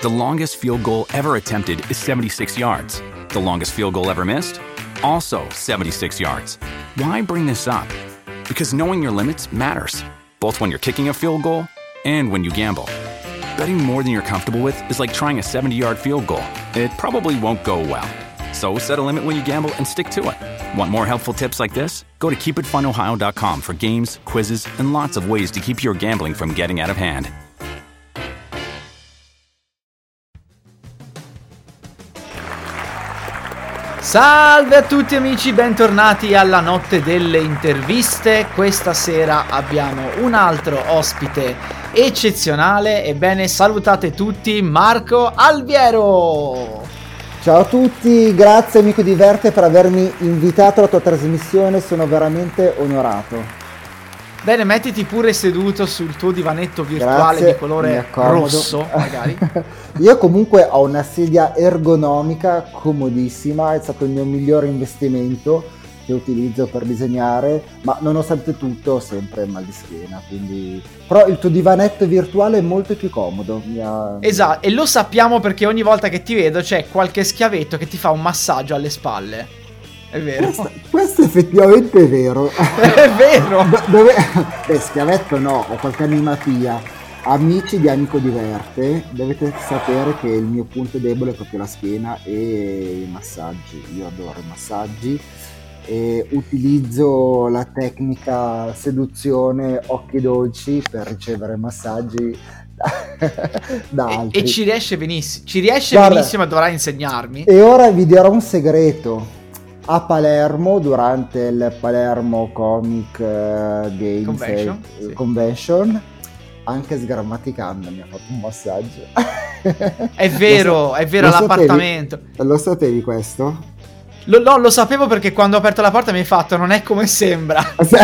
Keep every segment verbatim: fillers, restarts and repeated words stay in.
The longest field goal ever attempted is seventy-six yards. The longest field goal ever missed? Also seventy-six yards. Why bring this up? Because knowing your limits matters, both when you're kicking a field goal and when you gamble. Betting more than you're comfortable with is like trying a seventy-yard field goal. It probably won't go well. So set a limit when you gamble and stick to it. Want more helpful tips like this? Go to keep it fun ohio dot com for games, quizzes, and lots of ways to keep your gambling from getting out of hand. Salve a tutti amici, bentornati alla notte delle interviste. Questa sera abbiamo un altro ospite eccezionale. Ebbene, salutate tutti Marco Albiero. Ciao a tutti, grazie amico Diverte per avermi invitato alla tua trasmissione, sono veramente onorato. Bene, mettiti pure seduto sul tuo divanetto virtuale. Grazie, di colore rosso, magari. Io comunque ho una sedia ergonomica comodissima, è stato il mio migliore investimento che utilizzo per disegnare, ma nonostante tutto ho sempre mal di schiena, quindi... Però il tuo divanetto virtuale è molto più comodo. Mi ha... Esatto, e lo sappiamo perché ogni volta che ti vedo c'è qualche schiavetto che ti fa un massaggio alle spalle. È vero. Questo, questo effettivamente è vero. È vero. Do- dove... Beh, schiavetto no, ho qualche animatia. Amici di Amico Diverte, dovete sapere che il mio punto debole è proprio la schiena e i massaggi. Io adoro i massaggi e utilizzo la tecnica seduzione occhi dolci per ricevere massaggi da e, altri. E ci riesce benissimo, ci riesce Guarda, benissimo, e dovrai insegnarmi. E ora vi dirò un segreto. A Palermo, durante il Palermo Comic uh, Games Convention, eh, sì. Convention, anche sgrammaticando mi ha fatto un massaggio. È vero, so- è vero, lo all'appartamento. Sapevi? Lo sapevi questo? Lo, no, lo sapevo perché quando ho aperto la porta mi hai fatto non è come sembra.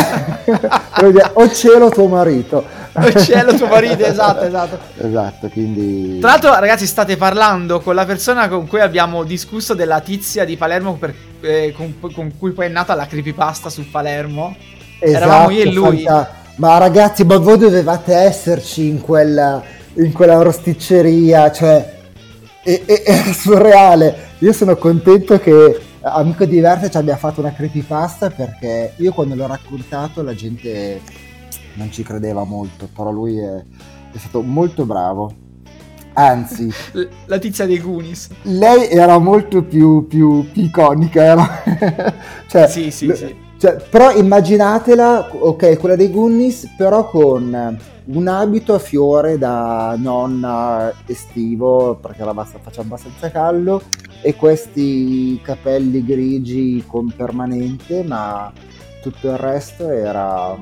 O cielo tuo marito. O cielo tuo marito, esatto, esatto. Esatto, quindi... Tra l'altro ragazzi, state parlando con la persona con cui abbiamo discusso della tizia di Palermo per, eh, con, con cui poi è nata la creepypasta su Palermo. Esatto, eravamo io e lui. fanta- Ma ragazzi, ma voi dovevate esserci in quella, in quella rosticceria, cioè è, è, è surreale. Io sono contento che Amico Diverte ci abbia fatto una creepypasta, perché io quando l'ho raccontato la gente non ci credeva molto, però lui è, è stato molto bravo. Anzi, La tizia dei Goonies. lei era molto più, più, più iconica, era... cioè, Sì, sì, l- sì. cioè, però immaginatela, ok, quella dei Goonies, però con un abito a fiore da nonna estivo, perché la bassa, faceva abbastanza caldo, e questi capelli grigi con permanente, ma tutto il resto era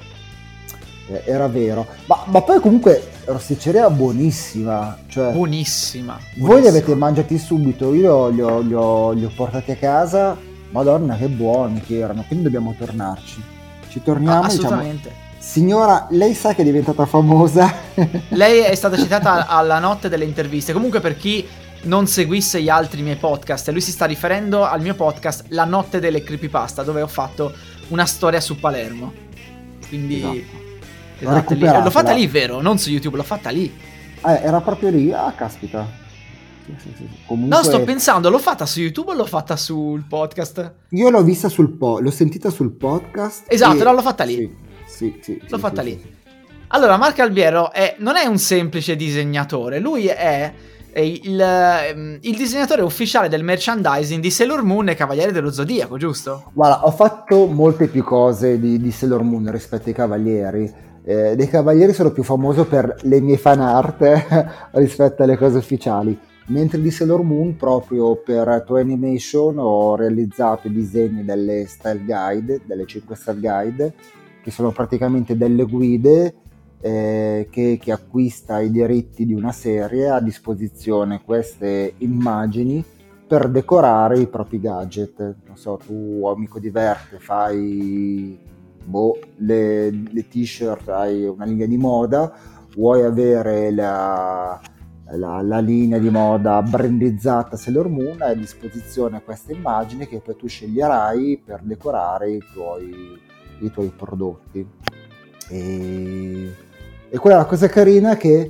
era vero. Ma, ma poi comunque rosticceria buonissima, cioè Buonissima. voi li buonissima. avete mangiati subito, io li ho, li ho- li ho portati a casa, madonna che buoni che erano, quindi dobbiamo tornarci. Ci torniamo, Ah, diciamo, assolutamente. signora, lei sa che è diventata famosa? Lei è stata citata alla notte delle interviste. Comunque, per chi non seguisse gli altri miei podcast, lui si sta riferendo al mio podcast La notte delle creepypasta, dove ho fatto una storia su Palermo. Quindi Esatto. esatto, lì. Recuperatela. L'ho fatta lì, vero? Non su YouTube, l'ho fatta lì. Eh, era proprio lì, ah caspita. Sì, sì, sì. Comunque, No, sto pensando, l'ho fatta su YouTube o l'ho fatta sul podcast? io l'ho vista sul po', l'ho sentita sul podcast. Esatto, e- no, l'ho fatta lì. Sì, sì, sì, L'ho sì, fatta sì, lì. sì. Allora, Marco Albiero è, non è un semplice disegnatore, lui è, è il, ehm, il disegnatore ufficiale del merchandising di Sailor Moon e Cavalieri dello Zodiaco, giusto? Guarda, ho fatto molte più cose di, di Sailor Moon rispetto ai Cavalieri. Eh, dei Cavalieri sono più famoso per le mie fan art rispetto alle cose ufficiali, mentre di Sailor Moon, proprio per Toei Animation, ho realizzato i disegni delle style guide, delle cinque style guide, che sono praticamente delle guide eh, che chi acquista i diritti di una serie ha a disposizione queste immagini per decorare i propri gadget. Non so, tu amico Diverte fai boh, le, le t-shirt, hai una linea di moda, vuoi avere la, la, la linea di moda brandizzata Sailor Moon, hai a disposizione queste immagini che poi tu sceglierai per decorare i tuoi, i tuoi prodotti. E, e quella è la cosa carina, che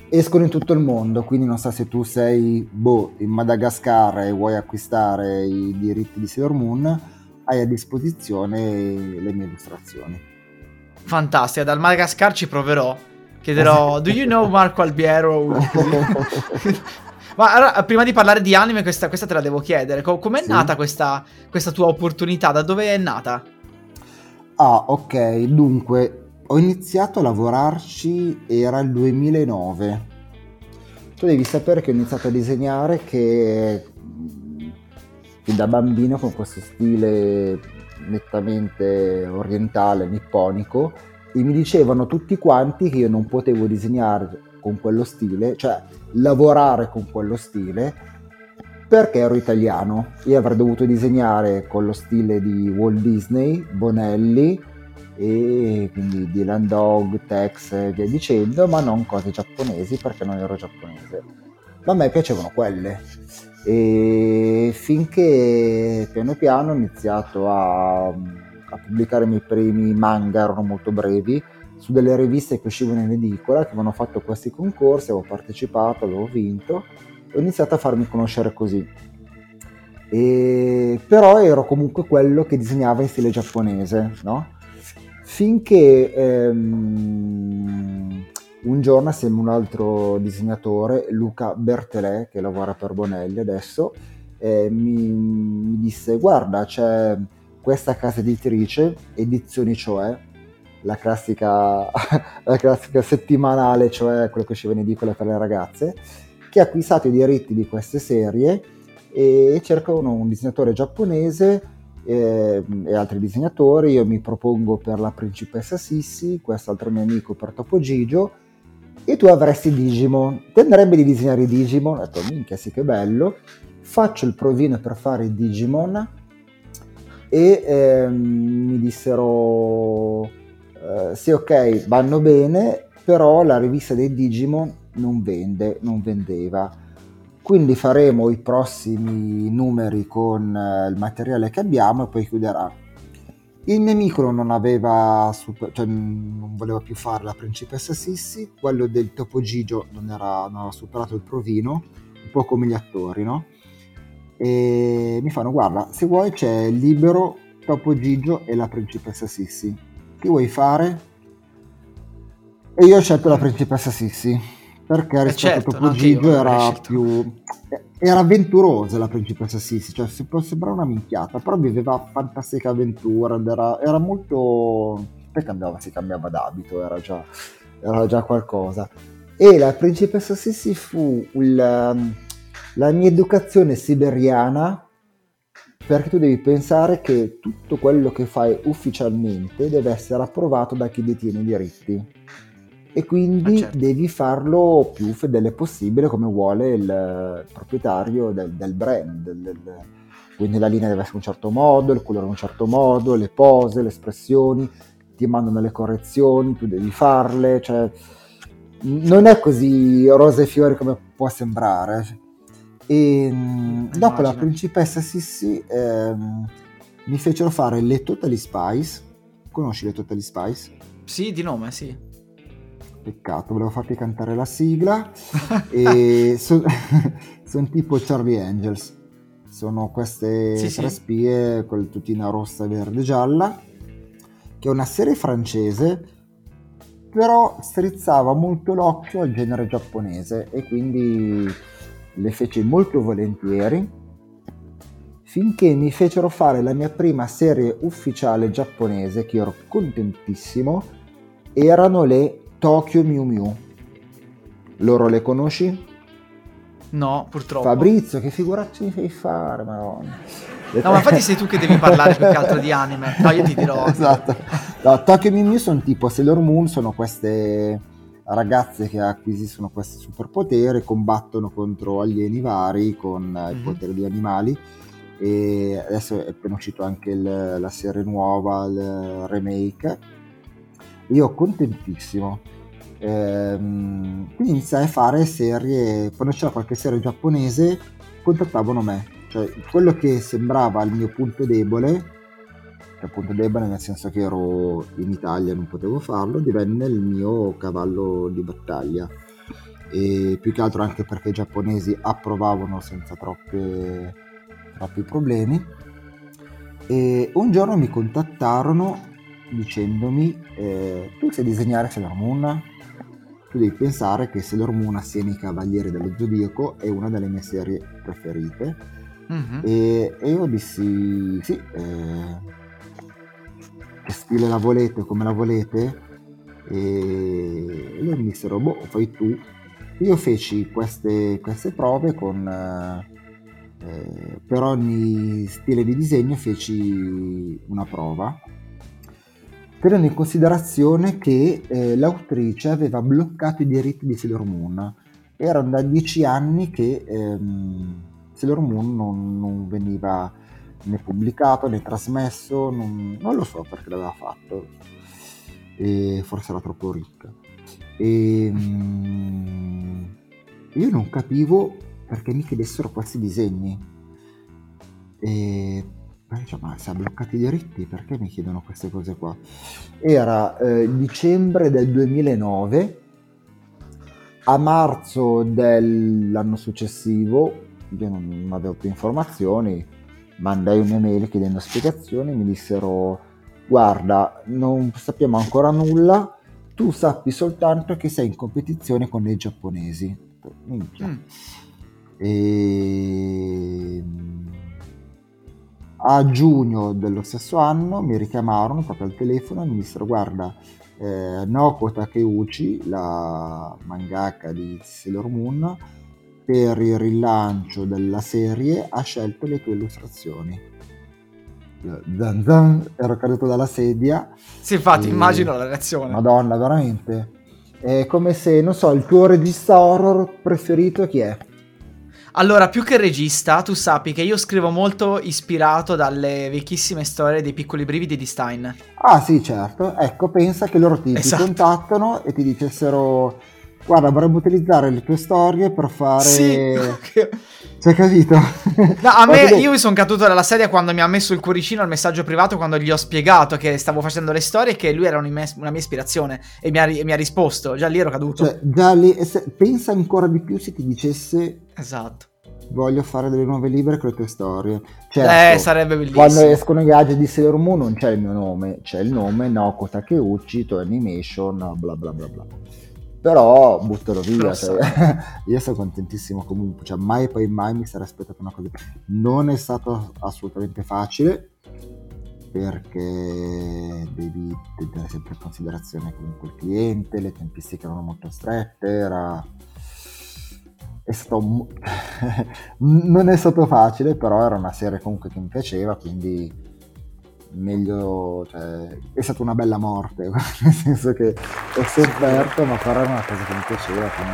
escono in tutto il mondo, quindi non so se tu sei boh, in Madagascar e vuoi acquistare i diritti di Sailor Moon, hai a disposizione le mie illustrazioni. Fantastica, dal Madagascar ci proverò. Chiederò, do you know Marco Albiero? Ma allora, prima di parlare di anime, questa, questa te la devo chiedere. Com- com'è Sì. nata questa, questa tua opportunità? Da dove è nata? Ah, ok, dunque, ho iniziato a lavorarci, era il duemilanove. Tu devi sapere che ho iniziato a disegnare che, che da bambino con questo stile nettamente orientale, nipponico, e mi dicevano tutti quanti che io non potevo disegnare con quello stile, cioè lavorare con quello stile, perché ero italiano. Io avrei dovuto disegnare con lo stile di Walt Disney, Bonelli e quindi Dylan Dog, Tex e via dicendo, ma non cose giapponesi perché non ero giapponese. Ma a me piacevano quelle. E finché piano piano ho iniziato a, a pubblicare i miei primi manga, erano molto brevi, su delle riviste che uscivano in edicola, che avevano fatto questi concorsi, avevo partecipato, avevo vinto, e ho iniziato a farmi conoscere così. E però ero comunque quello che disegnava in stile giapponese, no? Finché ehm, un giorno, assieme a un altro disegnatore, Luca Bertelè, che lavora per Bonelli adesso, eh, mi, mi disse: guarda, c'è questa casa editrice, Edizioni Cioè, la classica, la classica settimanale, cioè quello che usciva in edicola per le ragazze, che ha acquistato i diritti di queste serie e cercano un disegnatore giapponese eh, e altri disegnatori. Io mi propongo per la principessa Sissi, quest'altro mio amico per Topo Gigio, e tu avresti Digimon. Ti andrebbe di disegnare i Digimon? Ho detto, minchia, sì, che bello. Faccio il provino per fare i Digimon e ehm, mi dissero eh, sì, ok, vanno bene, però la rivista dei Digimon non vende, non vendeva. Quindi faremo i prossimi numeri con eh, il materiale che abbiamo e poi chiuderà. Il mio amico non aveva super, cioè non voleva più fare la principessa Sissi, quello del Topo Gigio non, era, non aveva superato il provino, un po' come gli attori, no? E mi fanno, guarda, se vuoi c'è libero Topo Gigio e la principessa Sissi, che vuoi fare? E io ho scelto la principessa Sissi, perché rispetto certo, a Topo no, Gigio io era scelto. più... era avventurosa la principessa Sissi, cioè si può sembrare una minchiata, però viveva fantastica avventura ed era, era molto... poi cambiava, si cambiava d'abito, era già, era già qualcosa. E la principessa Sissi fu il, la mia educazione siberiana, perché tu devi pensare che tutto quello che fai ufficialmente deve essere approvato da chi detiene i diritti. E quindi Ah, certo. devi farlo più fedele possibile come vuole il proprietario del, del brand, del, del, quindi la linea deve essere un certo modo, il colore un certo modo, le pose, le espressioni, ti mandano le correzioni, tu devi farle, cioè non è così rose e fiori come può sembrare. E Immagino. dopo la principessa Sissi ehm, mi fecero fare le Totally Spice. Conosci le Totally Spice? Sì, di nome, sì. Peccato, volevo farti cantare la sigla. E sono son tipo Charlie Angels, sono queste Sì, tre sì. spie con la tutina rossa, verde, gialla, che è una serie francese, però strizzava molto l'occhio al genere giapponese e quindi le feci molto volentieri, finché mi fecero fare la mia prima serie ufficiale giapponese, che io ero contentissimo. Erano le Tokyo Mew Mew. Loro le conosci? No, purtroppo. Fabrizio, che figuracci mi fai fare, madonna. No, ma infatti sei tu che devi parlare più che altro di anime. No, io ti dirò. Esatto. No, Tokyo Mew Mew sono tipo Sailor Moon, sono queste ragazze che acquisiscono questi superpoteri, combattono contro alieni vari con mm-hmm. i poteri di animali. E adesso è appena uscito anche il, la serie nuova, il remake. Io contentissimo, ehm, quindi iniziai a fare serie, quando c'era qualche serie giapponese contattavano me, cioè quello che sembrava il mio punto debole, cioè punto debole nel senso che ero in Italia, non potevo farlo, divenne il mio cavallo di battaglia. e più che altro anche perché i giapponesi approvavano senza troppe, troppi problemi. E un giorno mi contattarono dicendomi eh, tu sai disegnare Sailor Moon? Tu devi pensare che Sailor Moon assieme ai Cavalieri dello Zodiaco è una delle mie serie preferite. Mm-hmm. e, e io dissi sì, eh, che stile la volete, come la volete? E loro mi dissero boh, fai tu. Io feci queste, queste prove con eh, per ogni stile di disegno feci una prova, tenendo in considerazione che eh, l'autrice aveva bloccato i diritti di Sailor Moon. Erano da dieci anni che ehm, Sailor Moon non, non veniva né pubblicato né trasmesso, non, non lo so perché l'aveva fatto, e forse era troppo ricca. E, mm, io non capivo perché mi chiedessero questi disegni. E cioè, ma se ha bloccato i diritti perché mi chiedono queste cose qua? Era eh, dicembre del duemilanove. A marzo dell'anno successivo io non avevo più informazioni, mandai un'email chiedendo spiegazioni, mi dissero guarda, non sappiamo ancora nulla, tu sappi soltanto che sei in competizione con i giapponesi. Minchia. Mm. E a giugno dello stesso anno mi richiamarono proprio al telefono e mi dissero guarda, eh, Naoko Takeuchi, la mangaka di Sailor Moon, per il rilancio della serie ha scelto le tue illustrazioni. Zan zan, ero caduto dalla sedia. Sì, infatti e... immagino la reazione. Madonna, veramente è come se, non so, il tuo regista horror preferito chi è? Allora, più che regista, tu sappi che io scrivo molto ispirato dalle vecchissime storie dei Piccoli brividi di Stein. Ah sì, certo. Ecco, pensa che loro ti, esatto. ti contattano e ti dicessero guarda, vorremmo utilizzare le tue storie per fare... Sì, c'hai capito? No, a me, io mi sono caduto dalla sedia quando mi ha messo il cuoricino al messaggio privato, quando gli ho spiegato che stavo facendo le storie e che lui era una mia, una mia ispirazione e mi, ha, e mi ha risposto. Già lì ero caduto. Cioè, già lì, se, pensa ancora di più se ti dicesse... Esatto. Voglio fare delle nuove libere con le tue storie. Certo, eh, sarebbe bellissimo. Quando escono i gadget di Sailor Moon non c'è il mio nome, c'è il nome Naoko Takeuchi, Toei Animation, bla bla bla bla. Però buttalo via, cioè, io sono contentissimo comunque, cioè mai e poi mai mi sarei aspettato una cosa. Non è stato assolutamente facile perché devi tenere sempre in considerazione comunque il cliente, le tempistiche erano molto strette, era è stato non è stato facile, però era una serie comunque che mi piaceva, quindi meglio, cioè, è stata una bella morte, nel senso che ho sofferto, ma fare una cosa che mi piaceva, quindi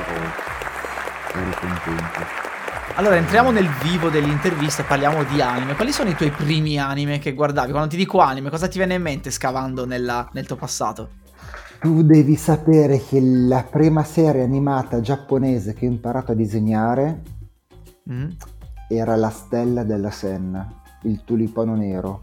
ero, ero contento. Allora entriamo nel vivo dell'intervista e parliamo di anime. Quali sono i tuoi primi anime che guardavi? Quando ti dico anime, cosa ti viene in mente scavando nella, nel tuo passato? Tu devi sapere che la prima serie animata giapponese che ho imparato a disegnare mm. era La Stella della Senna, il tulipano nero.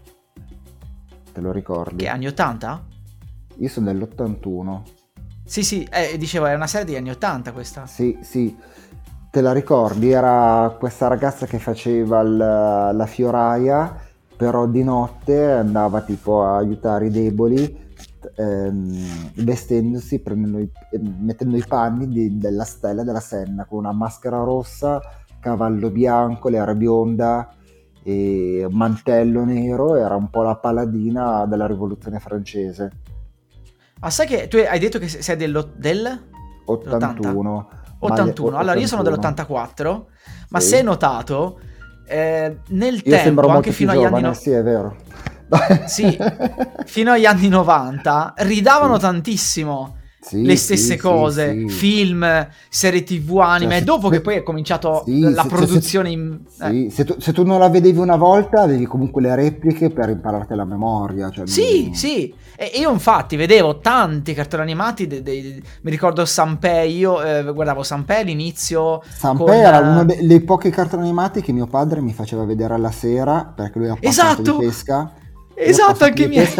Te lo ricordi? Che anni ottanta? Io sono dell'ottantuno. Sì, sì, eh, dicevo, è una serie degli anni ottanta questa. Sì, sì. Te la ricordi? Era questa ragazza che faceva la, la fioraia, però di notte andava tipo a aiutare i deboli, ehm, vestendosi, prendendo i, mettendo i panni di, della Stella della Senna, con una maschera rossa, cavallo bianco, l'era bionda e mantello nero. Era un po' la paladina della rivoluzione francese. Ah, sai che tu hai detto che sei dello, del ottantuno ottantuno. Allora io sono dell'ottantaquattro, ma sì. Se hai notato eh, nel io tempo anche fino agli giovane, anni no... sì, è vero. Sì, fino agli anni novanta ridavano sì. tantissimo sì, le stesse sì, cose, sì, sì. Film, serie tv, anime, cioè, dopo se, che poi è cominciato sì, la se, produzione se, in... sì, eh. se, tu, se tu non la vedevi una volta avevi comunque le repliche per impararti la memoria, cioè, sì, non... sì, e io infatti vedevo tanti cartoni animati, de, de, de, mi ricordo Sanpei, io eh, guardavo Sanpei all'inizio. Sanpei con... era uno dei, dei pochi cartoni animati che mio padre mi faceva vedere alla sera, perché lui ha appassionato esatto. di pesca. Esatto, anche i miei.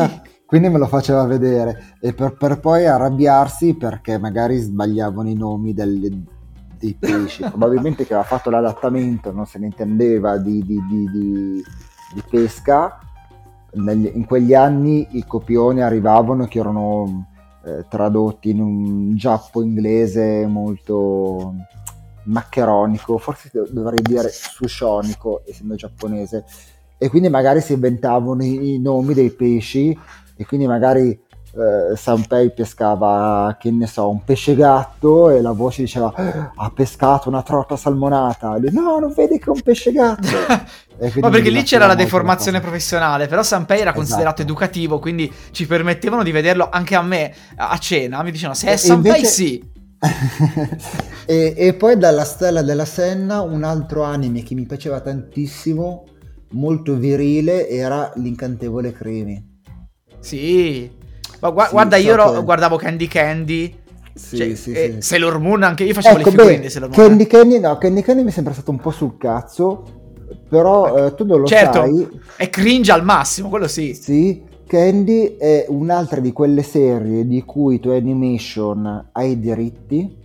quindi me lo faceva vedere, e per, per poi arrabbiarsi perché magari sbagliavano i nomi delle, dei pesci, probabilmente che aveva fatto l'adattamento, non se ne intendeva di, di, di, di, di pesca. Negli, in quegli anni i copioni arrivavano che erano eh, tradotti in un giappo inglese molto maccheronico, forse dovrei dire suscionico essendo giapponese, e quindi magari si inventavano i, i nomi dei pesci, e quindi magari eh, Sanpei pescava, che ne so, un pesce gatto, e la voce diceva ha pescato una trota salmonata, lui, no, non vedi che è un pesce gatto. Ma perché lì c'era la deformazione professionale, però Sanpei era considerato esatto. educativo, quindi ci permettevano di vederlo anche a me a cena, mi dicevano se è Sanpei invece... sì. e, e poi dalla Stella della Senna un altro anime che mi piaceva tantissimo, molto virile, era l'Incantevole Crimi. Sì, ma gu- sì, guarda, io ero, che... guardavo Candy Candy. Sì, cioè, sì, eh, sì. Sailor Moon, anche io facevo ecco, le figurine di Sailor Moon. Candy Candy, no, Candy Candy mi è sempre stato un po' sul cazzo, però eh, tu non lo certo, sai. È cringe al massimo, quello sì. Sì, Candy è un'altra di quelle serie di cui Toei Animation ha i diritti,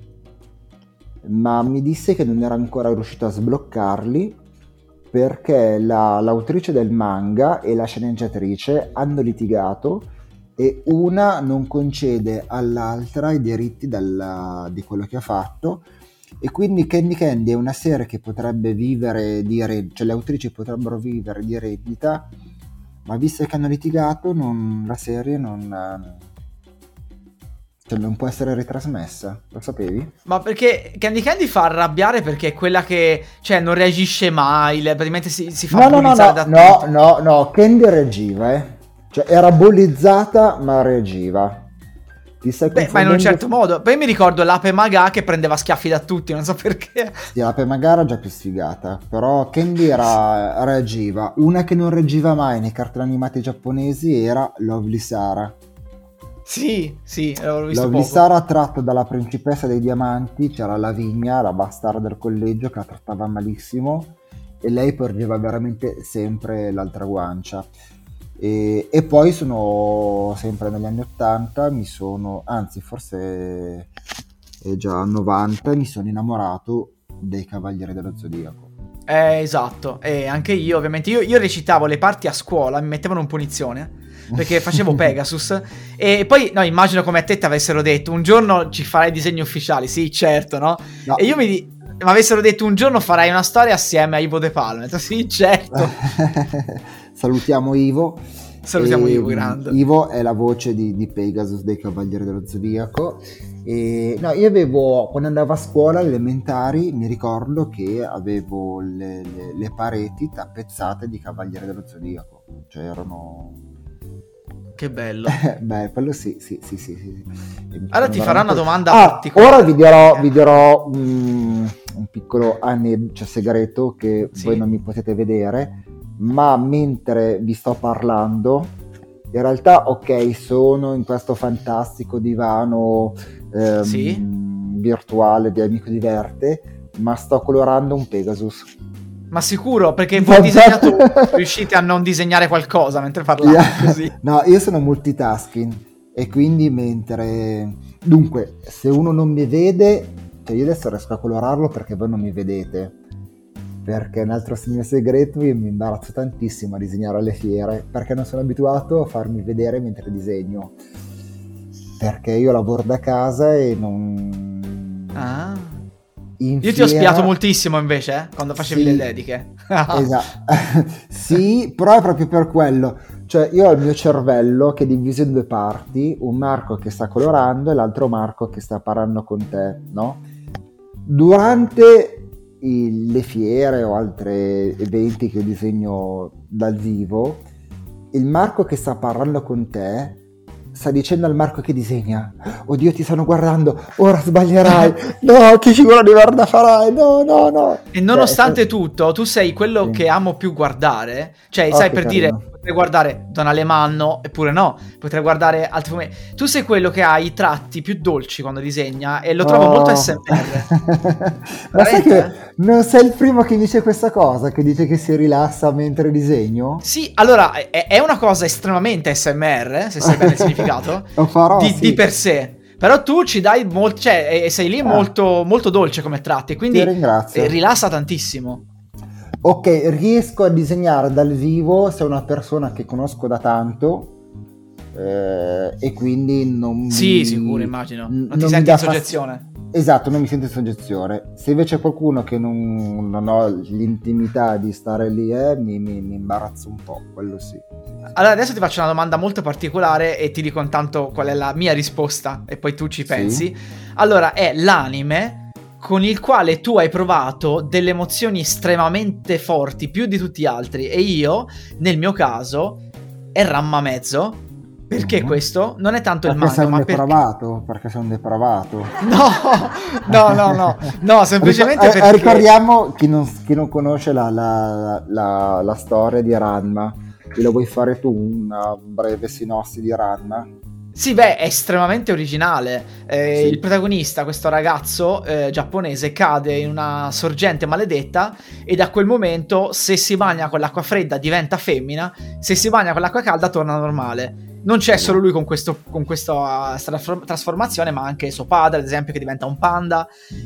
ma mi disse che non era ancora riuscito a sbloccarli perché la, l'autrice del manga e la sceneggiatrice hanno litigato e una non concede all'altra i diritti dalla, di quello che ha fatto, e quindi Candy Candy è una serie che potrebbe vivere di re- cioè le autrici potrebbero vivere di rendita, ma visto che hanno litigato non, la serie non, cioè non può essere ritrasmessa, lo sapevi? Ma perché Candy Candy fa arrabbiare perché è quella che, cioè, non reagisce mai, praticamente si, si fa no, bullizzare no, no, da tutti. No, no, no, Candy reagiva, eh. Cioè era bullizzata ma reagiva. Ti stai Beh, ma in un certo modo. Poi mi ricordo l'Ape Maga che prendeva schiaffi da tutti, non so perché. Sì, l'Ape Maga era già più sfigata, però Candy era, reagiva. Una che non reagiva mai nei cartoni animati giapponesi era Lovely Sarah. Sì, sì, l'avevo visto Lovely poco. Sarah, tratto dalla principessa dei diamanti, c'era Lavinia, la bastarda del collegio, che la trattava malissimo, e lei porgeva veramente sempre l'altra guancia. E, e poi sono sempre negli anni ottanta, mi sono, anzi forse è già novanta, mi sono innamorato dei Cavalieri dello Zodiaco. Eh, esatto, e anche io ovviamente, io, io recitavo le parti a scuola, mi mettevano in punizione perché facevo Pegasus, e poi no, immagino come a te ti avessero detto un giorno ci farai disegni ufficiali, sì certo, no? no. E io mi di... mi avessero detto un giorno farai una storia assieme a Ivo De Palma, ho detto sì certo. Salutiamo Ivo. Salutiamo e, Ivo, grande. Ivo è la voce di, di Pegasus dei Cavalieri dello Zodiaco. E, no, io avevo, quando andavo a scuola alle elementari, mi ricordo che avevo le, le, le pareti tappezzate di Cavalieri dello Zodiaco. Cioè erano... Che bello. Beh, quello sì, sì, sì, sì, sì. Allora ti farò una domanda ah, particolare. Ora vi dirò, vi dirò um, un piccolo aneddoto, cioè segreto, che sì. Voi non mi potete vedere, ma mentre vi sto parlando, in realtà, ok, sono in questo fantastico divano ehm, sì? virtuale di Amico Diverte, ma sto colorando un Pegasus. Ma sicuro, perché voi disegnatori riuscite a non disegnare qualcosa mentre parlate yeah. così. No, io sono multitasking e quindi mentre... Dunque, se uno non mi vede, cioè io adesso riesco a colorarlo perché voi non mi vedete. Perché un altro mio segreto, io mi imbarazzo tantissimo a disegnare alle fiere, perché non sono abituato a farmi vedere mentre disegno. Perché io lavoro da casa e non... Ah... In Io ti ho spiato moltissimo invece, eh, quando facevi sì, le dediche. Esatto. Sì, però è proprio per quello. Cioè io ho il mio cervello che è diviso in due parti, un Marco che sta colorando e l'altro Marco che sta parlando con te, no? Durante i, le fiere o altri eventi che disegno dal vivo, il Marco che sta parlando con te sta dicendo al Marco che disegna: oddio, ti stanno guardando, ora sbaglierai, no, che figura di merda farai, no, no, no. E nonostante Beh, tutto, tu sei quello sì. che amo più guardare, cioè, oh, sai, per carino. dire, potrei guardare Don Alemanno, eppure no, potrei guardare altri fumetti. Tu sei quello che ha i tratti più dolci quando disegna e lo trovo Oh. molto S M R. Ma sai che non sei il primo che dice questa cosa, che dice che si rilassa mentre disegno? Sì, allora è, è una cosa estremamente S M R, se sai bene il significato, Lo farò, di, sì. di per sé. Però tu ci dai molto, cioè e sei lì Ah. molto, molto dolce come tratti, quindi Ti ringrazio. eh, rilassa tantissimo. Ok, riesco a disegnare dal vivo se è una persona che conosco da tanto eh, e quindi non Sì, mi... sicuro, immagino. Non ti mi senti dà in fast- soggezione. Esatto, non mi sento in soggezione. Se invece è qualcuno che non, non ho l'intimità di stare lì, eh, mi, mi, mi imbarazzo un po', quello sì. Allora adesso ti faccio una domanda molto particolare e ti dico intanto qual è la mia risposta e poi tu ci Sì. pensi. Allora, è l'anime con il quale tu hai provato delle emozioni estremamente forti, più di tutti gli altri, e io, nel mio caso, è Ranma Mezzo. Perché Mhm. questo? Non è tanto il Perché sei manga, un ma perché... depravato? Perché sei un depravato? No, no, no, no, no, semplicemente Ricor- eh, perché... Ricordiamo chi non, chi non conosce la, la, la, la storia di Ranma. Te lo vuoi fare tu una breve sinossi di Ranma? Sì, beh, è estremamente originale. Eh, Sì. Il protagonista, questo ragazzo eh, giapponese, cade in una sorgente maledetta e da quel momento, se si bagna con l'acqua fredda, diventa femmina, se si bagna con l'acqua calda, torna normale. Non c'è solo lui con, questo, con questa trasform- trasformazione, ma anche suo padre, ad esempio, che diventa un panda.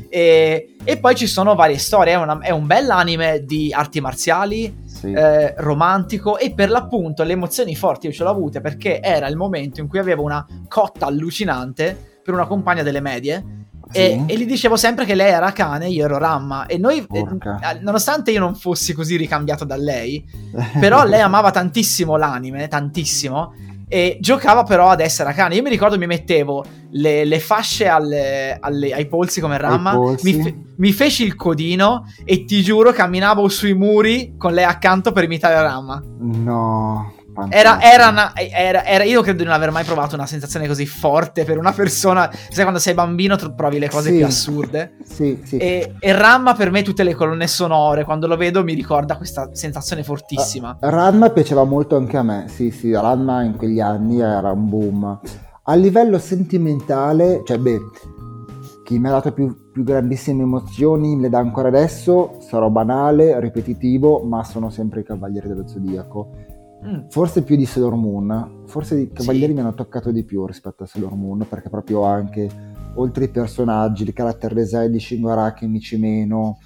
E, e poi ci sono varie storie. È, una- è un bell'anime di arti marziali, Sì. eh, romantico, e per l'appunto le emozioni forti io ce l'ho avute perché era il momento in cui avevo una cotta allucinante per una compagna delle medie. Sì. E, e gli dicevo sempre che lei era Akane, io ero Ranma, e noi, eh, Porca. nonostante io non fossi così ricambiato da lei, però lei amava tantissimo l'anime, tantissimo, e giocava però ad essere Akane. Io mi ricordo mi mettevo le, le fasce alle- alle- ai polsi come Ranma, polsi. mi, fe- mi feci il codino e ti giuro camminavo sui muri con lei accanto per imitare Ranma. No. Era, fantastico. era, una, era, era io credo di non aver mai provato una sensazione così forte per una persona. Sai, quando sei bambino tro- provi le cose Sì. più assurde. Sì, sì. E, e Ranma, per me, tutte le colonne sonore, quando lo vedo mi ricorda questa sensazione fortissima. Ranma piaceva molto anche a me, sì, sì, Ranma in quegli anni era un boom. A livello sentimentale, cioè, beh, chi mi ha dato più, più grandissime emozioni me le dà ancora adesso, sarò banale, ripetitivo, ma sono sempre i Cavalieri dello Zodiaco. Mm. Forse più di Sailor Moon, forse i Cavalieri Sì. mi hanno toccato di più rispetto a Sailor Moon, perché proprio anche, oltre i personaggi, il character design di Shingo Araki e Michimeno,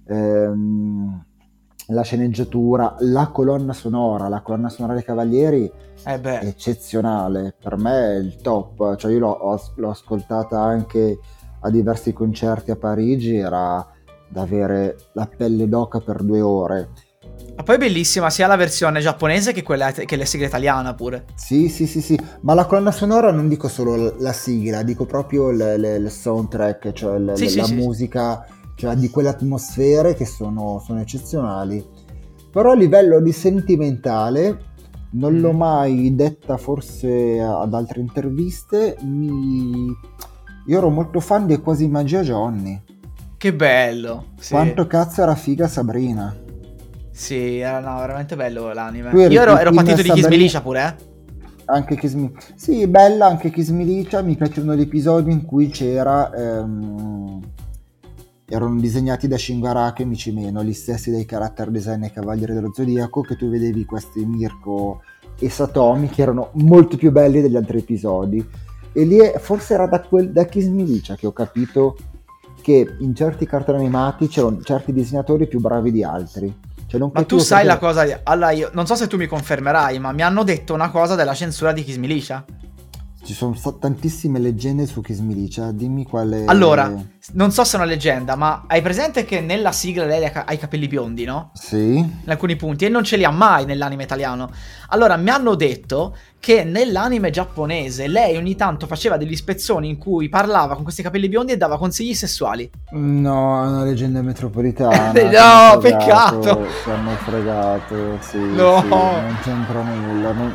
ehm, la sceneggiatura, la colonna sonora, la colonna sonora dei Cavalieri Eh è beh, eccezionale, per me è il top, cioè io l'ho, ho- l'ho ascoltata anche a diversi concerti a Parigi, era da avere la pelle d'oca per due ore. ma poi è bellissima sia la versione giapponese che quella che la sigla italiana pure. Sì, sì, sì, sì, ma la colonna sonora non dico solo l- la sigla, dico proprio il, il- il soundtrack, cioè l- Sì, sì, la sì, musica, cioè di quelle atmosfere che sono, sono eccezionali. Però a livello di sentimentale, non l'ho Mm. mai detta forse ad altre interviste, mi... io ero molto fan di Quasi Magia Johnny. Che bello. Sì, Quanto cazzo era figa Sabrina. sì, era no, veramente bello l'anime. Tu eri Io ero, più ero team partito di Kiss Sabrina? Milicia pure, eh. Anche Kiss Me... Sì, bella anche Kiss Milicia, mi piacevano gli episodi in cui c'era... ehm, erano disegnati da Shingo Araki e Michimeno, gli stessi dei character design ai Cavalieri dello Zodiaco, che tu vedevi questi Mirko e Satomi che erano molto più belli degli altri episodi. E lì è- forse era da, quel, da Kiss Milicia che ho capito che in certi cartoni animati c'erano certi disegnatori più bravi di altri. Cioè, non Ma tu capivo sai perché- la cosa. Allora, io non so se tu mi confermerai, ma mi hanno detto una cosa della censura di Kiss Milicia. Ci sono sta- tantissime leggende su Kiss Milicia, dimmi quale... Allora, non so se è una leggenda, ma hai presente che nella sigla lei ha ha i capelli biondi, no? Sì? In alcuni punti, e non ce li ha mai nell'anime italiano. Allora, mi hanno detto che nell'anime giapponese lei ogni tanto faceva degli spezzoni in cui parlava con questi capelli biondi e dava consigli sessuali. No, è una leggenda metropolitana. No, ci hanno peccato. fregato, Ci hanno fregato, sì, No. sì, non c'entra nulla. non-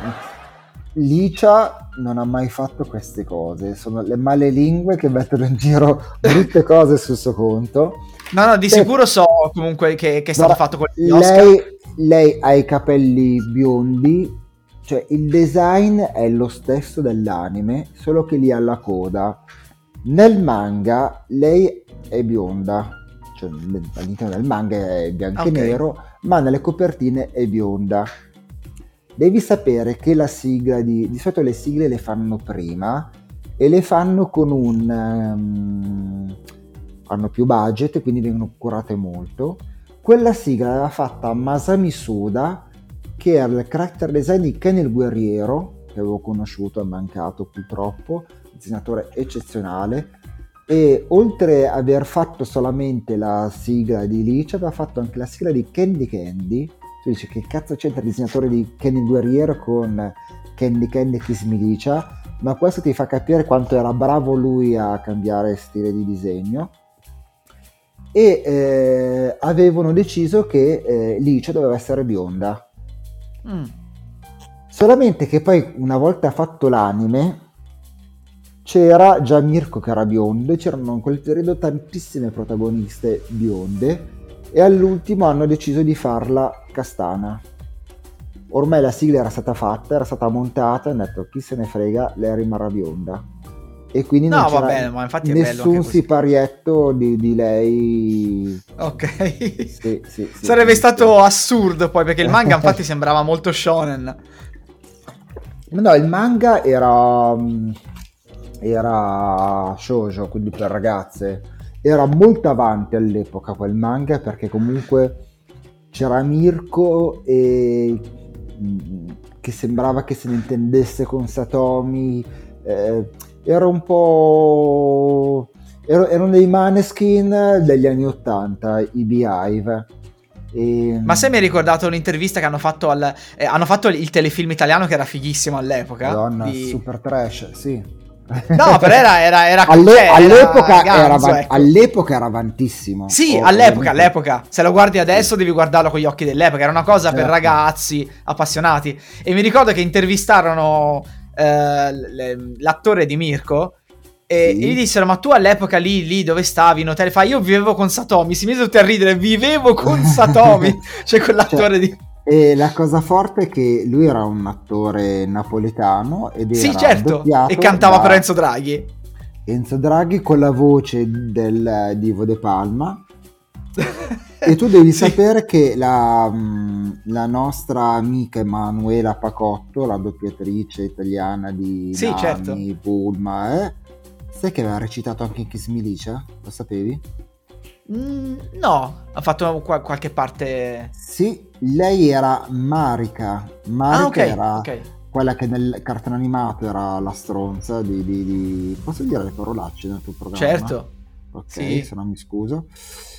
Licia non ha mai fatto queste cose, sono le male lingue che mettono in giro brutte cose sul suo conto. No, no, di Beh, sicuro so comunque che, che è stato guarda, fatto con gli Oscar. lei, lei ha i capelli biondi cioè il design è lo stesso dell'anime, solo che lì ha la coda. Nel manga lei è bionda, cioè all'interno del manga è bianco e Okay. nero, ma nelle copertine è bionda. Devi sapere che la sigla di... di solito le sigle le fanno prima e le fanno con un... ehm, hanno più budget e quindi vengono curate molto. Quella sigla l'aveva fatta Masami Suda, che era il character design di Ken il Guerriero, che avevo conosciuto, è mancato purtroppo, disegnatore eccezionale, e oltre ad aver fatto solamente la sigla di Lich, aveva fatto anche la sigla di Candy Candy. Tu dici che cazzo c'entra il disegnatore di Ken il Guerriero con Candy Candy e Kiss Milicia? Ma questo ti fa capire quanto era bravo lui a cambiare stile di disegno. E eh, avevano deciso che eh, Lich doveva essere bionda. Mm. Solamente che poi una volta fatto l'anime c'era già Mirko che era biondo e c'erano in quel periodo tantissime protagoniste bionde e all'ultimo hanno deciso di farla castana. Ormai la sigla era stata fatta, era stata montata e hanno detto chi se ne frega, lei rimarrà bionda. E quindi No, non va c'era bene, ma infatti è bello nessun anche così. siparietto di, di lei. Ok. Sì, sì, sì, Sarebbe sì, stato assurdo poi, perché il manga infatti sembrava molto shonen. No, il manga era mm, era shoujo, quindi per ragazze. Era molto avanti all'epoca quel manga, perché comunque c'era Mirko e mm, che sembrava che se ne intendesse con Satomi. eh, era un po' ero- erano dei Maneskin degli anni ottanta, i Beehive. E... Ma se mi hai ricordato un'intervista che hanno fatto al eh, hanno fatto il telefilm italiano che era fighissimo all'epoca. Madonna, di- super trash, sì. No, però era era, era, Alle- cioè, era all'epoca, era ganzo, avan- ecco. all'epoca era avantissimo. Sì, Oh, all'epoca, ovviamente. all'epoca. Se lo guardi adesso devi guardarlo con gli occhi dell'epoca. Era una cosa per Certo. ragazzi appassionati. E mi ricordo che intervistarono eh, l- l'attore di Mirko e, Sì. e gli dissero: ma tu all'epoca lì, lì dove stavi in hotel? Fa, io vivevo con Satomi. Si mise tutti a ridere, vivevo con Satomi. Cioè quell'attore Cioè, di... E la cosa forte è che lui era un attore napoletano ed era Sì, certo. doppiato E cantava da per Enzo Draghi. Enzo Draghi con la voce del Divo De Palma. E tu devi Sì. sapere che la, mh, la nostra amica Emanuela Pacotto, la doppiatrice italiana di Sì, Nami, certo. Bulma, eh, sai che aveva recitato anche in Kiss Milicia? Lo sapevi? Mm, no, ha fatto qua- qualche parte... Sì, lei era Marika. Marika Ah, ok, era ok. quella che nel cartone animato era la stronza di... di- di- Posso dire le parolacce nel tuo programma? Certo. Ok, Sì. se no mi scuso.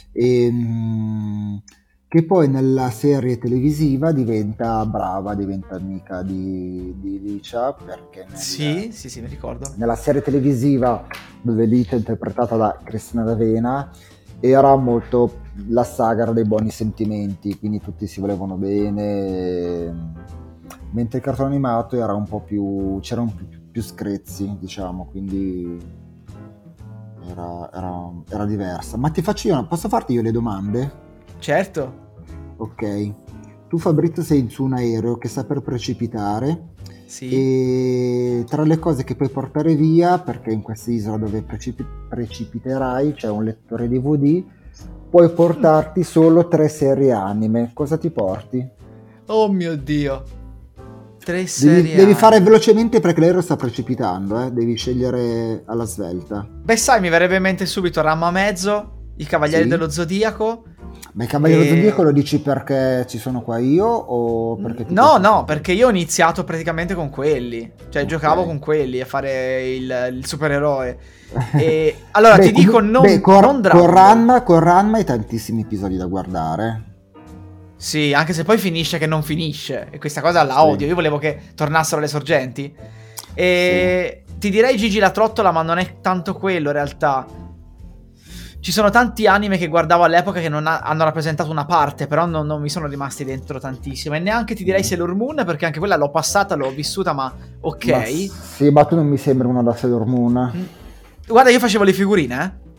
Ehm, che poi nella serie televisiva diventa brava, diventa amica di, di Licia, perché nel- Sì, sì, sì, mi ricordo. nella serie televisiva dove Licia è interpretata da Cristina D'Avena era molto la saga dei buoni sentimenti, quindi tutti si volevano bene, mentre il cartone animato era un po' più, c'erano più, più screzi, diciamo, quindi era, era, era diversa. Ma ti faccio io, posso farti io le domande? Certo. Ok, tu Fabrizio sei su un aereo che sta per precipitare Sì. e tra le cose che puoi portare via, perché in questa isola dove precipi- precipiterai c'è un lettore D V D, puoi portarti solo tre serie anime. Cosa ti porti? Oh mio Dio. Tre Devi, serie devi A. fare velocemente perché l'aereo sta precipitando, eh? Devi scegliere alla svelta. Beh, sai, mi verrebbe in mente subito Ramma Mezzo, I Cavalieri Sì. dello Zodiaco. Ma il Cavaliere E- Zodiaco lo dici perché ci sono qua io o perché ti No, piace? no, perché io ho iniziato praticamente con quelli. Cioè, Ok. giocavo con quelli a fare il, il supereroe. E allora Beh, ti dico, com- non, beh, con, non Dragon con Ball. Ranma, con Ranma hai tantissimi episodi da guardare. Sì, anche se poi finisce che non finisce. E questa cosa la Sì. odio. Io volevo che tornassero le sorgenti. E ti direi Gigi la Trottola, ma non è tanto quello in realtà. Ci sono tanti anime che guardavo all'epoca che non ha- hanno rappresentato una parte, però non, non mi sono rimasti dentro tantissimo. E neanche ti direi Sailor Moon, perché anche quella l'ho passata, l'ho vissuta, ma ok. Ma sì, ma tu non mi sembri uno da Sailor Moon. Guarda, io facevo le figurine, eh.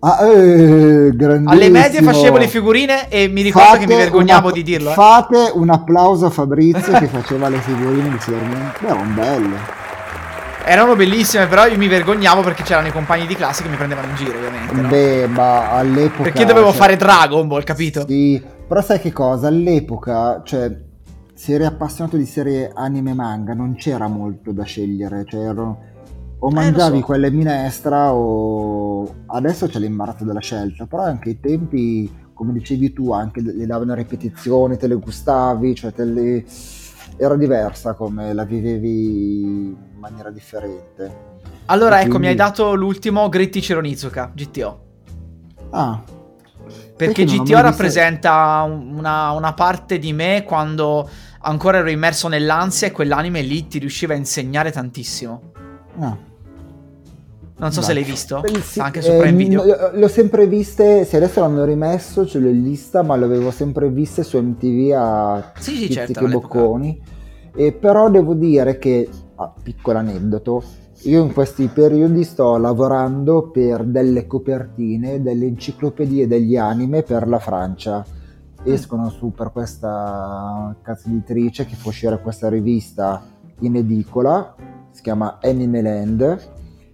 Ah, eh, alle medie facevo le figurine e mi ricordo fate che mi vergognavo una, di dirlo. Eh. Fate un applauso a Fabrizio che faceva le figurine di Sailor Moon. Erano belle. Erano bellissime, però io mi vergognavo perché c'erano i compagni di classe che mi prendevano in giro, ovviamente. No? Beh, ma all'epoca... Perché dovevo cioè, fare Dragon Ball, capito? Sì, però sai che cosa? All'epoca, cioè, se eri appassionato di serie anime e manga, non c'era molto da scegliere, cioè erano... O mangiavi eh, so. quelle minestra o... Adesso c'è l'imbarazzo della scelta, però anche ai tempi, come dicevi tu, anche le davano a ripetizioni, te le gustavi, cioè te le... era diversa come la vivevi in maniera differente. Allora, e ecco, quindi... mi hai dato l'ultimo Gritty Cheronizuka, G T O. Ah. Perché G T O rappresenta una, una parte di me quando ancora ero immerso nell'ansia e quell'anime lì ti riusciva a insegnare tantissimo. Ah. Non so Beh. se l'hai visto, sì, anche su Prime eh, Video. L'ho sempre viste, se adesso l'hanno rimesso ce l'ho in lista, ma l'avevo sempre viste su M T V a sì, sì, certo, che bocconi. E però devo dire che, ah, piccolo aneddoto, io in questi periodi sto lavorando per delle copertine, delle enciclopedie degli anime per la Francia. Escono su per questa casa editrice che fa uscire questa rivista in edicola, si chiama Anime Land,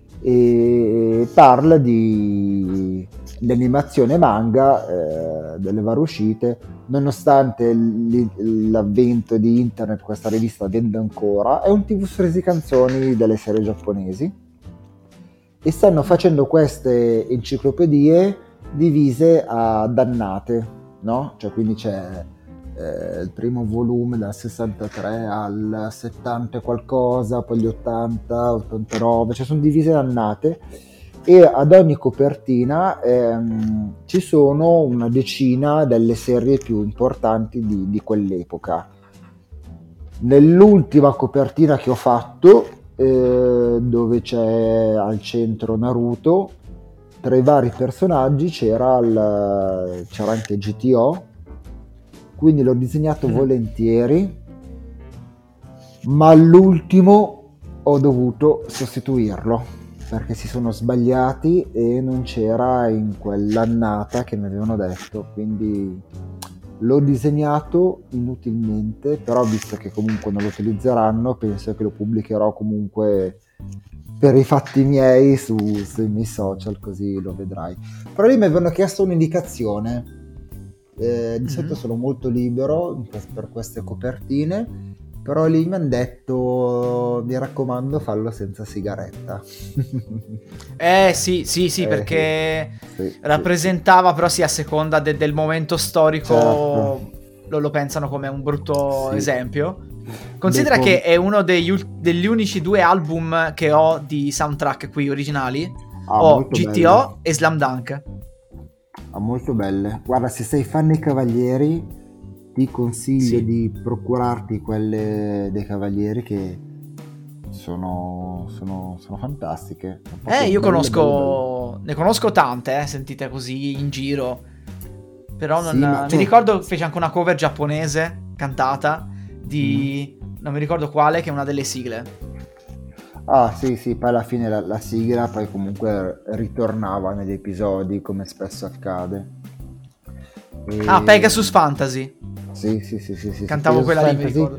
e parla di, di animazione manga, eh, delle varie uscite. Nonostante l'avvento di internet, questa rivista vende ancora. È un tivù su resi canzoni delle serie giapponesi e stanno facendo queste enciclopedie divise a dannate, no? Cioè quindi c'è eh, il primo volume dal sessantatré al settanta e qualcosa, poi gli ottanta, ottantanove, cioè sono divise dannate, e ad ogni copertina ehm, ci sono una decina delle serie più importanti di, di quell'epoca. Nell'ultima copertina che ho fatto, eh, dove c'è al centro Naruto, tra i vari personaggi c'era, il, c'era anche G T O, quindi l'ho disegnato mm. volentieri, ma all'ultimo ho dovuto sostituirlo perché si sono sbagliati e non c'era in quell'annata che mi avevano detto, quindi l'ho disegnato inutilmente, però visto che comunque non lo utilizzeranno, penso che lo pubblicherò comunque per i fatti miei su, sui miei social, così lo vedrai. Però lì mi avevano chiesto un'indicazione, eh, di mm-hmm. solito sono molto libero per queste copertine, però lì mi hanno detto, mi raccomando, fallo senza sigaretta. Eh sì, sì, sì, eh, perché sì, rappresentava, sì. Però sì, a seconda de- del momento storico, certo. lo, lo pensano come un brutto sì. esempio. Considera Deco... che è uno degli, ul- degli unici due album che ho di soundtrack qui originali. Ah, ho G T O belle. E Slam Dunk. Ah, molto belle. Guarda, se sei fan dei Cavalieri, ti consiglio sì. di procurarti quelle dei Cavalieri che sono, sono, sono fantastiche. Sono eh, io belle, conosco, belle, belle. ne conosco tante, eh, sentite così in giro. Però non, sì, ma, mi cioè... ricordo fece anche una cover giapponese cantata di mm. non mi ricordo quale, che è una delle sigle. Ah sì sì, poi alla fine la, la sigla poi comunque ritornava negli episodi, come spesso accade. E... Ah, Pegasus Fantasy. Sì, sì, sì, sì, sì. Cantavo sì, quella lì, mi ricordo.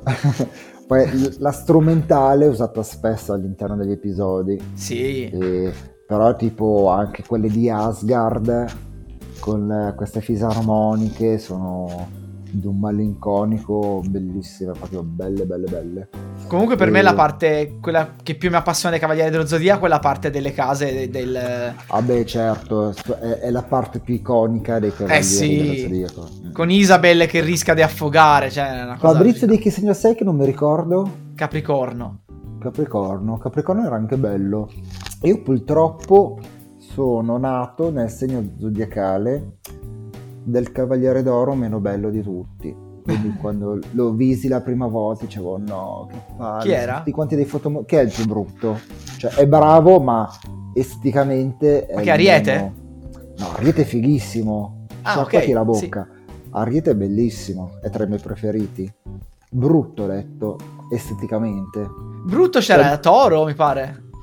Poi la strumentale è usata spesso all'interno degli episodi. Sì. E, però tipo anche quelle di Asgard con queste fisarmoniche sono di un malinconico bellissime, proprio belle, belle, belle. Comunque per e... me la parte, quella che più mi appassiona dei Cavalieri dello Zodiaco è la parte delle case del... Ah beh, certo, è, è la parte più iconica dei Cavalieri eh sì. dello Zodiaco. Con Isabelle che rischia di affogare, cioè è una cosa... Fabrizio di che segno sei che non mi ricordo? Capricorno. Capricorno, Capricorno era anche bello. Io purtroppo sono nato nel segno zodiacale del Cavaliere d'Oro meno bello di tutti, quindi quando lo visi la prima volta dicevo no, che palle. Chi era? Tutti quanti dei foto... che è il più brutto, cioè è bravo ma esteticamente è ma che Ariete? Meno... no, Ariete è fighissimo, ah, ok, la bocca sì. Ariete è bellissimo, è tra i miei preferiti. Brutto, detto esteticamente. Brutto c'era cioè... Toro, mi pare.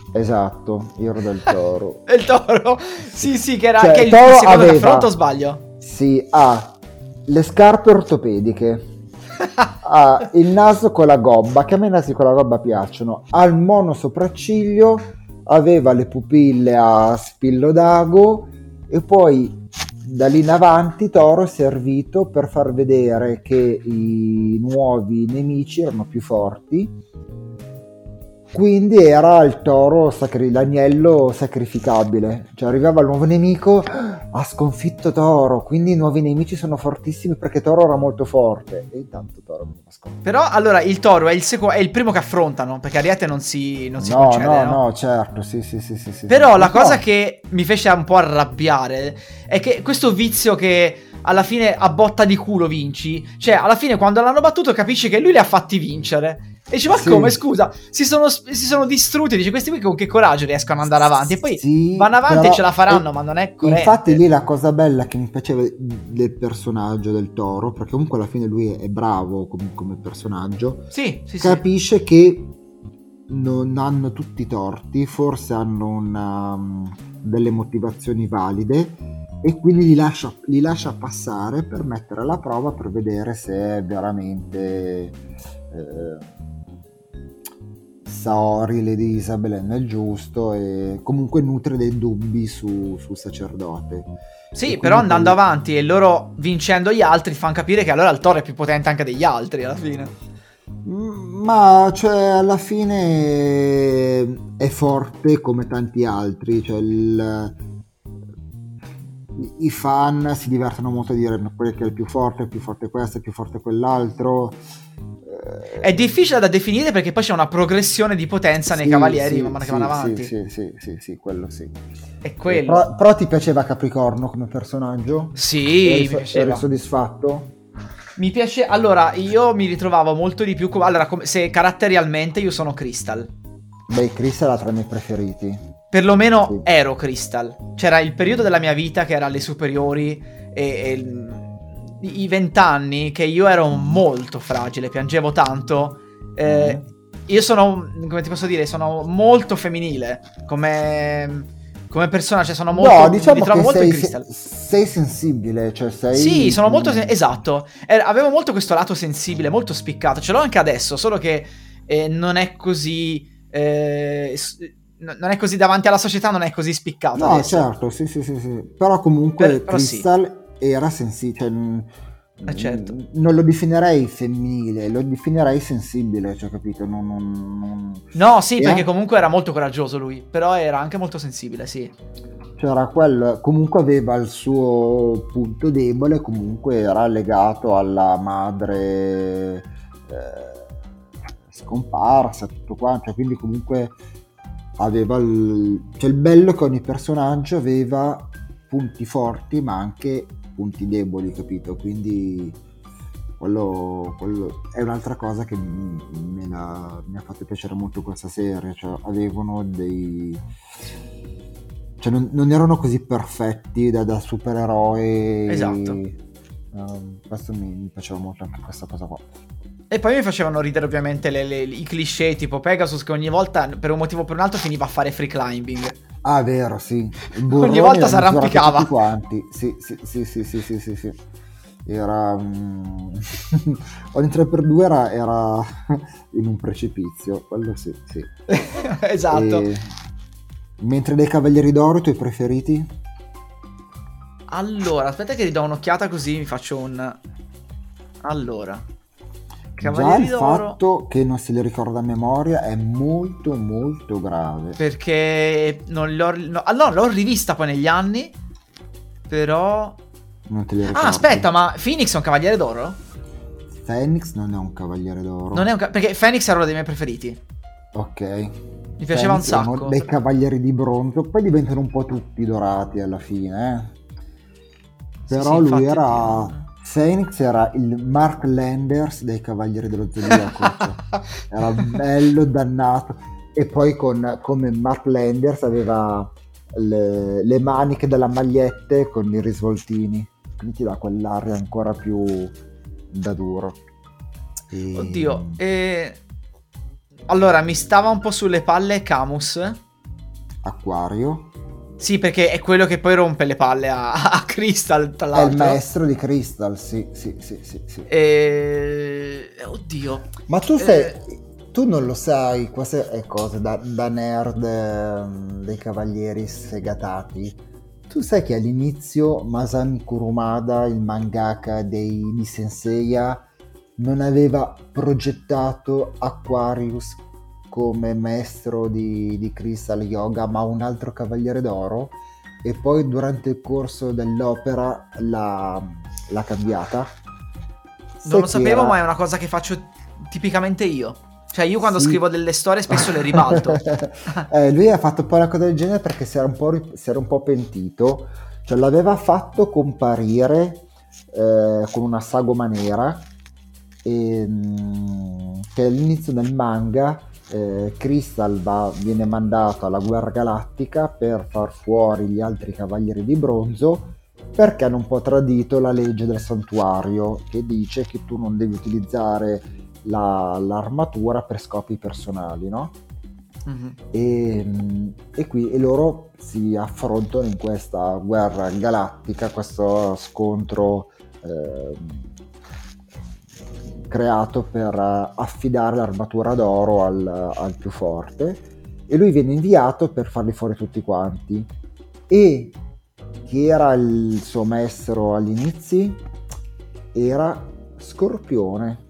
Esatto, io ero del toro. Il toro? Sì, sì, che era Cioè, che il Toro secondo aveva- raffronto, o sbaglio? Sì, ha le scarpe ortopediche, ha il naso con la gobba, che a me i nasi con la gobba piacciono, ha il mono sopracciglio, aveva le pupille a spillo d'ago e poi da lì in avanti Toro è servito per far vedere che i nuovi nemici erano più forti. Quindi era il toro, sacri- l'agnello sacrificabile, cioè arrivava il nuovo nemico, ha sconfitto Toro, quindi i nuovi nemici sono fortissimi perché Toro era molto forte e intanto Toro veniva sconfitto. Però allora il toro è il, seco- è il primo che affrontano, perché Ariete non si, non si No, concede, no, no? no, certo, sì, sì, sì, sì, sì. Però sì. la No. cosa che mi fece un po' arrabbiare è che questo vizio che alla fine a botta di culo vinci, cioè alla fine quando l'hanno battuto capisci che lui li ha fatti vincere. E dici, ma Sì. come, scusa, si sono, si sono distrutti, dici, questi qui con che coraggio riescono ad andare avanti? E poi Sì, vanno avanti però- e ce la faranno, eh, ma non è corretto. Infatti lì la cosa bella che mi piaceva del personaggio del toro, perché comunque alla fine lui è bravo come, come personaggio, Sì, sì, sì. capisce che non hanno tutti i torti, forse hanno una, um, delle motivazioni valide e quindi li lascia, li lascia passare per mettere alla prova, per vedere se è veramente eh, Saori, Lady Isabel nel giusto, e comunque nutre dei dubbi su, sul sacerdote. Sì, E però quindi andando poi- avanti e loro vincendo gli altri fanno capire che allora il toro è più potente anche degli altri alla fine. Ma cioè alla fine è forte come tanti altri, cioè il- i fan si divertono molto a dire quello che è il più forte, il più forte questo, il più forte quell'altro. Eh, È difficile da definire perché poi c'è una progressione di potenza nei sì, cavalieri sì, man mano che sì, vanno sì, avanti. Sì, sì, sì, sì, quello sì. È quello. Però, però ti piaceva Capricorno come personaggio? Sì, eri, mi piaceva. eri soddisfatto? Mi piace. Allora, io mi ritrovavo molto di più. co- Allora, come- se caratterialmente io sono Crystal. Beh, Chris era tra i miei preferiti. Perlomeno Sì. ero Crystal. C'era il periodo della mia vita che era alle superiori e, e il- i vent'anni che io ero molto fragile, piangevo tanto. Eh, io sono, come ti posso dire, sono molto femminile come, come persona, cioè sono molto, No, diciamo mi trovo che molto sei, in Crystal. sei sensibile, cioè sei... Sì, sono più- molto sen- esatto. Eh, avevo molto questo lato sensibile, molto spiccato. Ce l'ho anche adesso, solo che eh, non è così eh, s- n- non è così davanti alla società, non è così spiccato No, adesso. certo, sì, sì, sì, sì. Però comunque Per- però sì. Crystal era sensibile, cioè, mh, Eh, certo. mh, non lo definirei femminile, lo definirei sensibile, cioè, capito? Non, non- non- No, sì, E perché an- comunque era molto coraggioso lui, però era anche molto sensibile, sì. C'era quello, comunque aveva il suo punto debole, comunque era legato alla madre eh, scomparsa, tutto quanto, cioè, quindi comunque aveva il... cioè il bello che ogni personaggio aveva punti forti ma anche punti deboli, capito? Quindi quello, quello è un'altra cosa che m- me la- mi ha fatto piacere molto questa serie, cioè avevano dei... cioè non, non erano così perfetti da, da supereroi. Esatto. Ehm, questo mi, mi piaceva molto anche questa cosa qua. E poi mi facevano ridere ovviamente le- le- i cliché tipo Pegasus che ogni volta per un motivo o per un altro finiva a fare free climbing. Ah, vero, sì. Il Ogni burrone volta era si misurato arrampicava. tutti quanti. Sì, sì, sì, sì, sì, sì, sì, sì. Era mm, ogni tre per due era, era in un precipizio, quello sì, sì. Esatto. E- mentre dei Cavalieri d'Oro, i tuoi preferiti? Allora, aspetta che gli do un'occhiata così mi faccio un... Allora, Già Cavalieri il d'Oro, fatto che non se li ricorda a memoria è molto molto grave. perché non l'ho... No, allora l'ho rivista poi negli anni, però... Non te li ricordi. Ah, aspetta, ma Phoenix è un Cavaliere d'Oro? Phoenix non è un Cavaliere d'Oro. Non è un ca- perché Phoenix era uno dei miei preferiti. Ok. Mi piaceva un Phoenix erano sacco. dei Cavalieri di bronzo, poi diventano un po' tutti dorati alla fine, eh. Sì, Però sì, lui infatti, era... sì. Phoenix era il Mark Landers dei Cavalieri dello Zodiaco. Cioè, era bello, dannato. E poi con, come Mark Landers aveva le, le maniche della magliette con i risvoltini. Quindi ti dà quell'aria ancora più da duro. E- Oddio, e... Allora, mi stava un po' sulle palle Camus, Acquario. Sì, perché è quello che poi rompe le palle a, a Crystal, tra l'altro. È il maestro di Crystal, sì, sì, sì, sì, sì. E... Oddio. Ma tu sei... Eh... Tu non lo sai, queste è cose da, da nerd eh, dei cavalieri sfegatati. Tu sai che all'inizio Masami Kurumada, il mangaka dei, di Senseiya, non aveva progettato Aquarius come maestro di, di Crystal Yoga, ma un altro cavaliere d'oro, e poi durante il corso dell'opera l'ha, l'ha cambiata. Sai non lo sapevo, era... ma è una cosa che faccio tipicamente io. Cioè io quando sì. scrivo delle storie spesso le ribalto. eh, lui ha fatto un po' una cosa del genere perché si era un po', si era un po' pentito. Cioè l'aveva fatto comparire eh, con una sagoma nera, e, mh, che all'inizio del manga eh, Crystal va, viene mandato alla guerra galattica per far fuori gli altri cavalieri di bronzo, perché hanno un po' tradito la legge del santuario, che dice che tu non devi utilizzare la, l'armatura per scopi personali, no? Mm-hmm. E, e qui e loro si affrontano in questa guerra galattica, questo scontro eh, creato per affidare l'armatura d'oro al, al più forte, e lui viene inviato per farli fuori tutti quanti. E chi era il suo maestro all'inizio? Era Scorpione.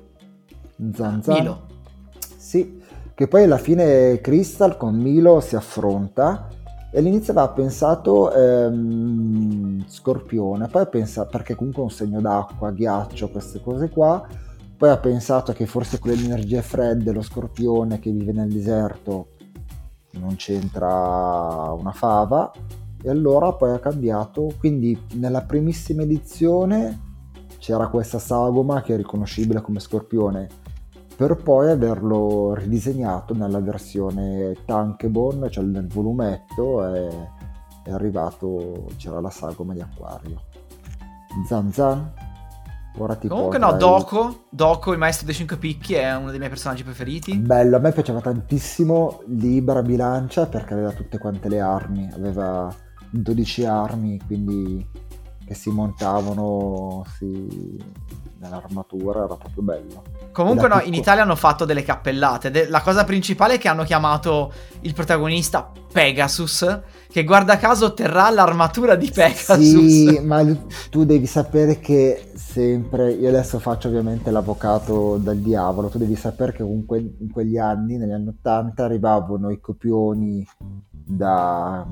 Zan Zan. Milo. Sì, che poi alla fine Crystal con Milo si affronta, e all'inizio aveva pensato ehm, Scorpione, poi ha pensato, perché comunque è un segno d'acqua, ghiaccio, queste cose qua, poi ha pensato che forse con le energie fredde lo Scorpione che vive nel deserto non c'entra una fava, e allora poi ha cambiato. Quindi nella primissima edizione c'era questa sagoma che è riconoscibile come Scorpione, per poi averlo ridisegnato nella versione Tankebon, cioè nel volumetto, e è arrivato, c'era la sagoma di Acquario. Zan Zan. Ora ti Comunque potrai... no, Doko, Doko, il maestro dei cinque picchi, è uno dei miei personaggi preferiti. Bello, a me piaceva tantissimo Libera Bilancia perché aveva tutte quante le armi, aveva dodici armi, quindi che si montavano si... nell'armatura, era proprio bello. Comunque no, picco... in Italia hanno fatto delle cappellate. De- la cosa principale è che hanno chiamato il protagonista Pegasus, che guarda caso otterrà l'armatura di Pegasus. Sì, ma tu devi sapere che sempre, io adesso faccio ovviamente l'avvocato del diavolo, tu devi sapere che comunque in quegli anni, negli anni ottanta, arrivavano i copioni da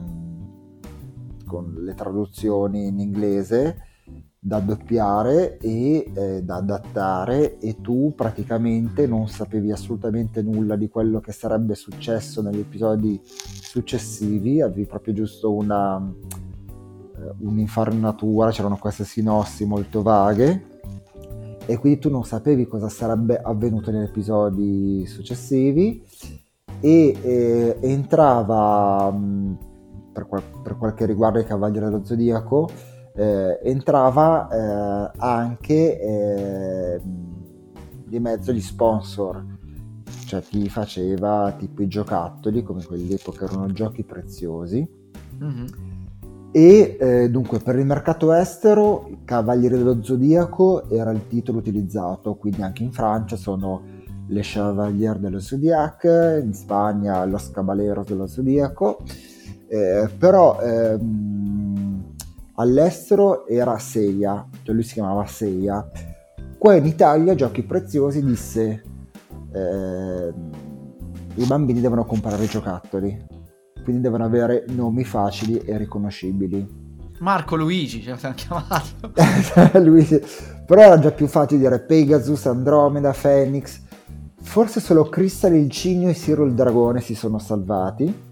con le traduzioni in inglese da doppiare e eh, da adattare, e tu praticamente non sapevi assolutamente nulla di quello che sarebbe successo negli episodi successivi, avevi proprio giusto una eh, un'infarinatura, c'erano queste sinossi molto vaghe, e quindi tu non sapevi cosa sarebbe avvenuto negli episodi successivi, e eh, entrava mh, per, qual- per quel che riguarda i Cavalieri dello Zodiaco, Eh, entrava eh, anche eh, di mezzo gli sponsor, cioè chi faceva tipo i giocattoli, come quelli d'epoca erano giochi preziosi. Mm-hmm. E eh, dunque per il mercato estero Cavalieri dello Zodiaco era il titolo utilizzato, quindi anche in Francia sono Les Chevaliers dello Zodiac, in Spagna Los Caballeros dello Zodiaco, eh, però ehm, all'estero era Seiya, cioè lui si chiamava Seiya. Qua in Italia Giochi Preziosi disse eh, i bambini devono comprare giocattoli, quindi devono avere nomi facili e riconoscibili. Marco Luigi, ce l'abbiamo chiamato. Luigi. Però era già più facile dire Pegasus, Andromeda, Phoenix. Forse solo Crystal il Cigno e Siro il Dragone si sono salvati.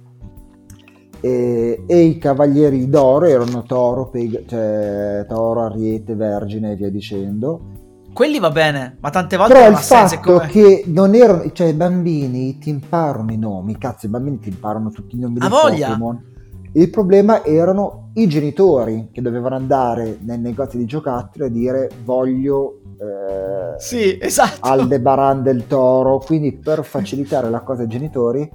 E, e i cavalieri d'oro erano Toro, Peg- cioè Toro, Ariete, Vergine e via dicendo. Quelli va bene, ma tante volte però non il ha senso fatto come... che non erano, cioè i bambini ti imparano i nomi, cazzo, i bambini ti imparano tutti i nomi dei Pokémon. Il problema erano i genitori che dovevano andare nei negozi di giocattoli e dire voglio eh, sì, esatto, Aldebaran del Toro, quindi per facilitare la cosa ai genitori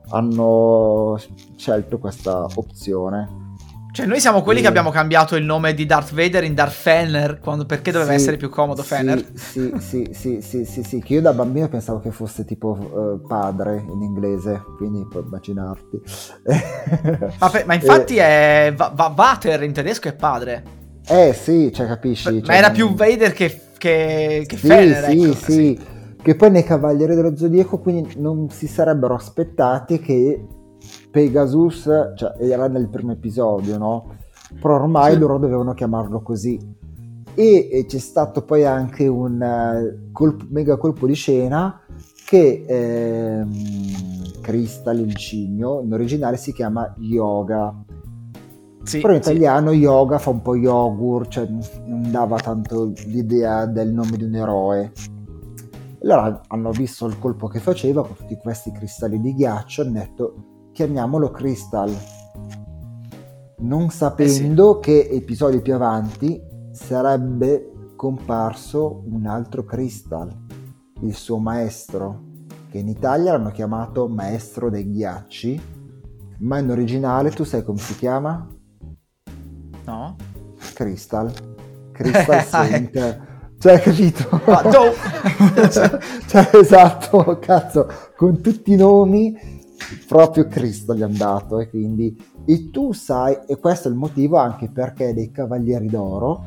hanno scelto questa opzione. Cioè noi siamo quelli e... che abbiamo cambiato il nome di Darth Vader in Darth Fener, quando, perché doveva sì, essere più comodo sì, Fener. Sì, sì, sì, sì, sì, sì, che io da bambino pensavo che fosse tipo uh, padre in inglese, quindi puoi immaginarti. ma, per, ma infatti è va, va, Vater in tedesco è padre. Eh sì, cioè capisci. Ma cioè, era non... più Vader che, che, che sì, Fener, sì, ecco, sì, sì. Che poi nei Cavalieri dello Zodiaco quindi non si sarebbero aspettati che Pegasus, cioè era nel primo episodio, no? Però ormai sì. loro dovevano chiamarlo così. E, e c'è stato poi anche un uh, colpo, mega colpo di scena che ehm, Crystal, il cigno, in originale si chiama Yoga. Sì, però in italiano sì. Yoga fa un po' yogurt, cioè non dava tanto l'idea del nome di un eroe. Allora hanno visto il colpo che faceva con tutti questi cristalli di ghiaccio e hanno detto chiamiamolo Crystal, non sapendo eh sì. che episodi più avanti sarebbe comparso un altro Crystal, il suo maestro, che in Italia l'hanno chiamato Maestro dei Ghiacci, ma in originale tu sai come si chiama? No? Crystal. Crystal Saint. Cioè, capito? Ah, no. cioè, cioè, esatto, cazzo, con tutti i nomi proprio Crystal gli hanno dato, e quindi e tu sai, e questo è il motivo anche perché dei Cavalieri d'Oro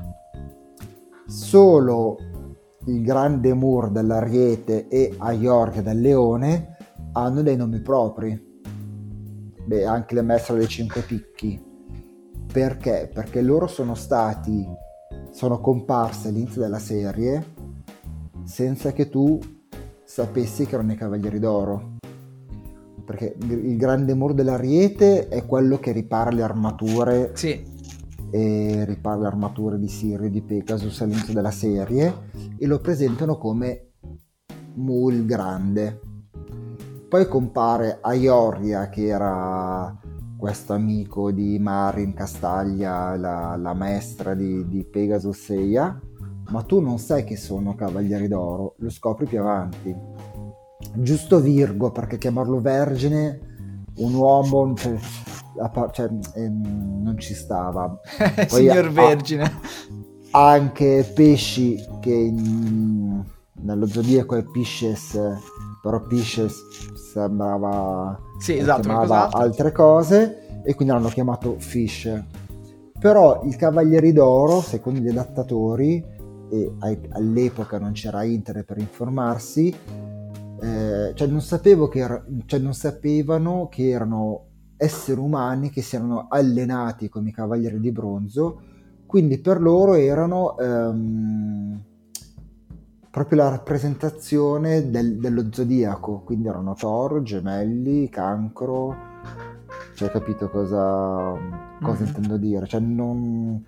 solo il Grande Mur dell'Ariete e Ajorga del Leone hanno dei nomi propri. Beh, anche le Maestre dei Cinque Picchi. Perché? Perché loro sono stati sono comparse all'inizio della serie senza che tu sapessi che erano i Cavalieri d'Oro, perché il Grande Mur dell'Ariete è quello che ripara le armature sì. e ripara le armature di Sirio e di Pegasus all'inizio della serie e lo presentano come Mu il Grande. Poi compare Aioria, che era questo amico di Marin Castaglia, la, la maestra di, di Pegasus Eia, ma tu non sai che sono Cavalieri d'Oro, lo scopri più avanti. Giusto Virgo, perché chiamarlo Vergine, un uomo, cioè, cioè, ehm, non ci stava. Poi Signor ha, Vergine. Anche Pesci, che in, nello zodiaco è Pisces, però Pisces sembrava sì, esatto, chiamava altre cose e quindi l'hanno chiamato Fish. Però i Cavalieri d'Oro, secondo gli adattatori, e all'epoca non c'era internet per informarsi, eh, cioè non sapevo che era, cioè non sapevano che erano esseri umani che si erano allenati come i Cavalieri di Bronzo, quindi per loro erano ehm, proprio la rappresentazione del, dello zodiaco, quindi erano Toro, Gemelli, Cancro, cioè capito cosa, cosa mm-hmm. intendo dire, cioè non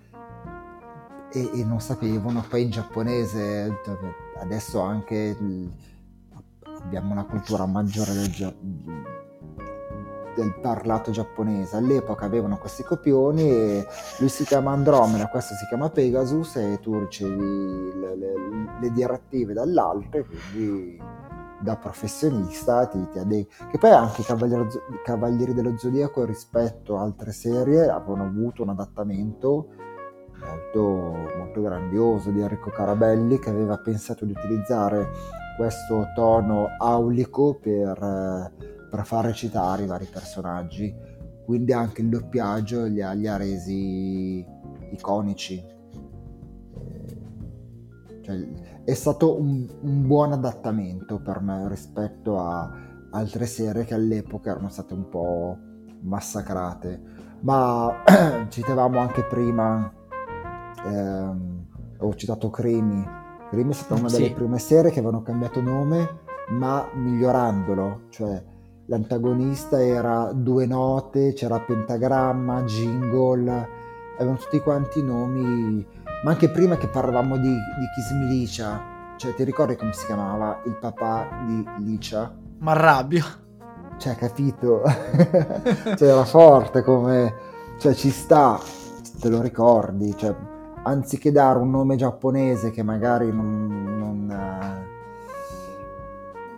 e, e non sapevano. Poi in giapponese adesso anche abbiamo una cultura maggiore del, del parlato giapponese, all'epoca avevano questi copioni e lui si chiama Andromeda, questo si chiama Pegasus e tu ricevi le, le, le direttive dall'alto e quindi da professionista ti, ti adegui. Che poi anche i Cavalieri, Cavalieri dello Zodiaco rispetto a altre serie avevano avuto un adattamento molto, molto grandioso di Enrico Carabelli, che aveva pensato di utilizzare questo tono aulico per per far recitare i vari personaggi, quindi anche il doppiaggio li ha, li ha resi iconici. Eh, cioè, è stato un, un buon adattamento per me rispetto a altre serie che all'epoca erano state un po' massacrate. Ma citavamo anche prima, ehm, ho citato Crimi. Crimi è stata una delle sì. prime serie che avevano cambiato nome, ma migliorandolo, cioè l'antagonista era due note, c'era pentagramma, jingle, avevano tutti quanti nomi, ma anche prima che parlavamo di, di Kiss Me Licia, cioè ti ricordi come si chiamava il papà di Licia? M'arrabbio. Cioè, capito? Cioè era forte come, cioè ci sta, te lo ricordi, cioè anziché dare un nome giapponese che magari non, non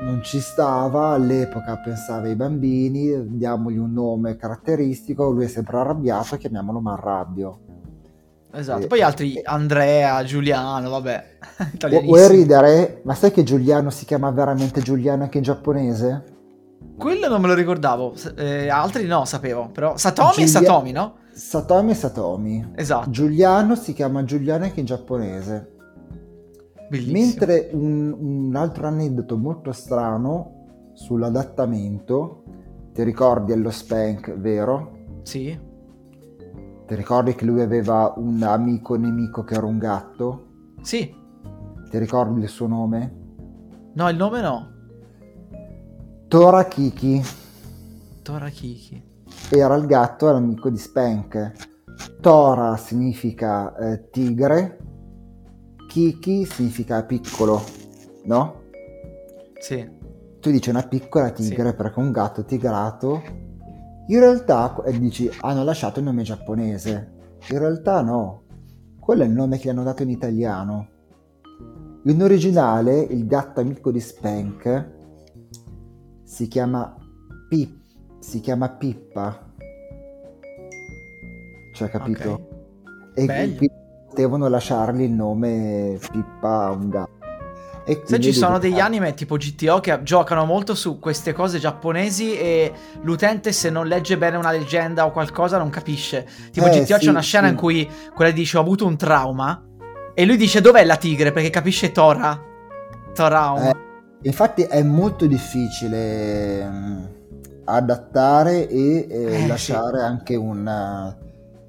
non ci stava, all'epoca pensava ai bambini, diamogli un nome caratteristico, lui è sempre arrabbiato, chiamiamolo Marrabbio. Esatto, E- poi altri, e- Andrea, Giuliano, vabbè, Vu- Vuoi italianissimi. ridere? Ma sai che Giuliano si chiama veramente Giuliano anche in giapponese? Quello non me lo ricordavo, s- eh, altri no, sapevo, però Satomi e Giulia- Satomi, no? Satomi e Satomi. Esatto, Giuliano si chiama Giuliano anche in giapponese. bellissimo. Mentre un, un altro aneddoto molto strano sull'adattamento, ti ricordi Ello Spank, vero? Sì, Ti ricordi che lui aveva un amico nemico che era un gatto? sì, Ti ricordi il suo nome? no, il nome no, Torakiki. Torakiki. Era il gatto, era l'amico di Spank. Tora significa eh, tigre, Kiki significa piccolo, no? Sì, Tu dici una piccola tigre perché un gatto tigrato. In realtà eh, dici hanno lasciato il nome giapponese. In realtà no, quello è il nome che gli hanno dato in italiano. In originale il gatto amico di Spank si chiama Pip, si chiama Pippa. Cioè, capito? ok, E bello. quindi potevano lasciargli il nome Pippa a un gatto. E Se quindi ci sono lui- degli anime tipo G T O che giocano molto su queste cose giapponesi e l'utente se non legge bene una leggenda o qualcosa non capisce. Tipo Eh, G T O c'è sì, una scena sì. in cui quella dice ho avuto un trauma e lui dice dov'è la tigre perché capisce Tora. Torauma. Eh, infatti è molto difficile mm, adattare e eh, Eh, lasciare anche una,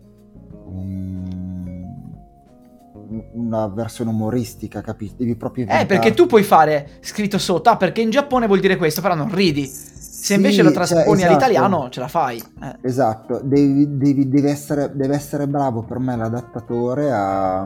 un- una versione umoristica, capito? Devi proprio Eh, perché inventare. tu puoi fare scritto sotto, ah, perché in Giappone vuol dire questo, però non ridi. Se invece Sì, lo cioè, trasponi esatto. all'italiano, ce la fai. Eh. Esatto, devi, devi- devi essere, deve essere bravo per me l'adattatore a,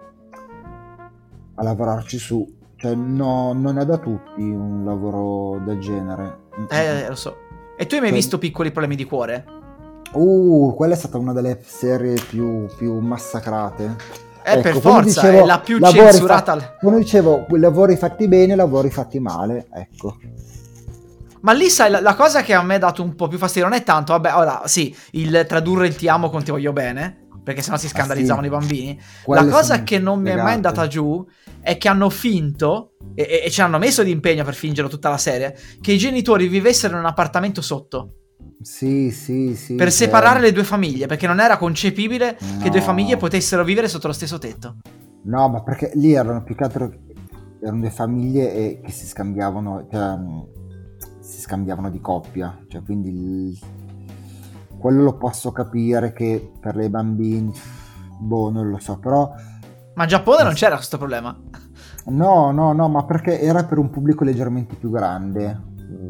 a lavorarci su. Cioè, no, non è da tutti un lavoro del genere. Eh, lo so. E tu hai mai Cioè- visto Piccoli problemi di cuore? Uh, quella è stata una delle serie più, più massacrate. Eh, per quando forza, è la più lavori censurata. fatti- quando dicevo lavori fatti bene, lavori fatti male, ecco. Ma lì sai, la, la cosa che a me ha dato un po' più fastidio non è tanto, vabbè, ora sì, il tradurre il ti amo con ti voglio bene, perché sennò si scandalizzavano Ah, sì. i bambini. Quelle La cosa sono che non mi è mai fregate. andata giù è che hanno finto, e, e, e ci hanno messo di impegno per fingerlo tutta la serie, che i genitori vivessero in un appartamento sotto, Sì, sì, sì. per cioè- separare le due famiglie, perché non era concepibile che No. due famiglie potessero vivere sotto lo stesso tetto. No, ma perché lì erano più che altro erano due famiglie e che si scambiavano, cioè, mh, si scambiavano di coppia, cioè quindi il- quello lo posso capire che per le bambini, boh, non lo so, però Ma in Giappone non c'era questo problema. no, no, no, ma perché era per un pubblico leggermente più grande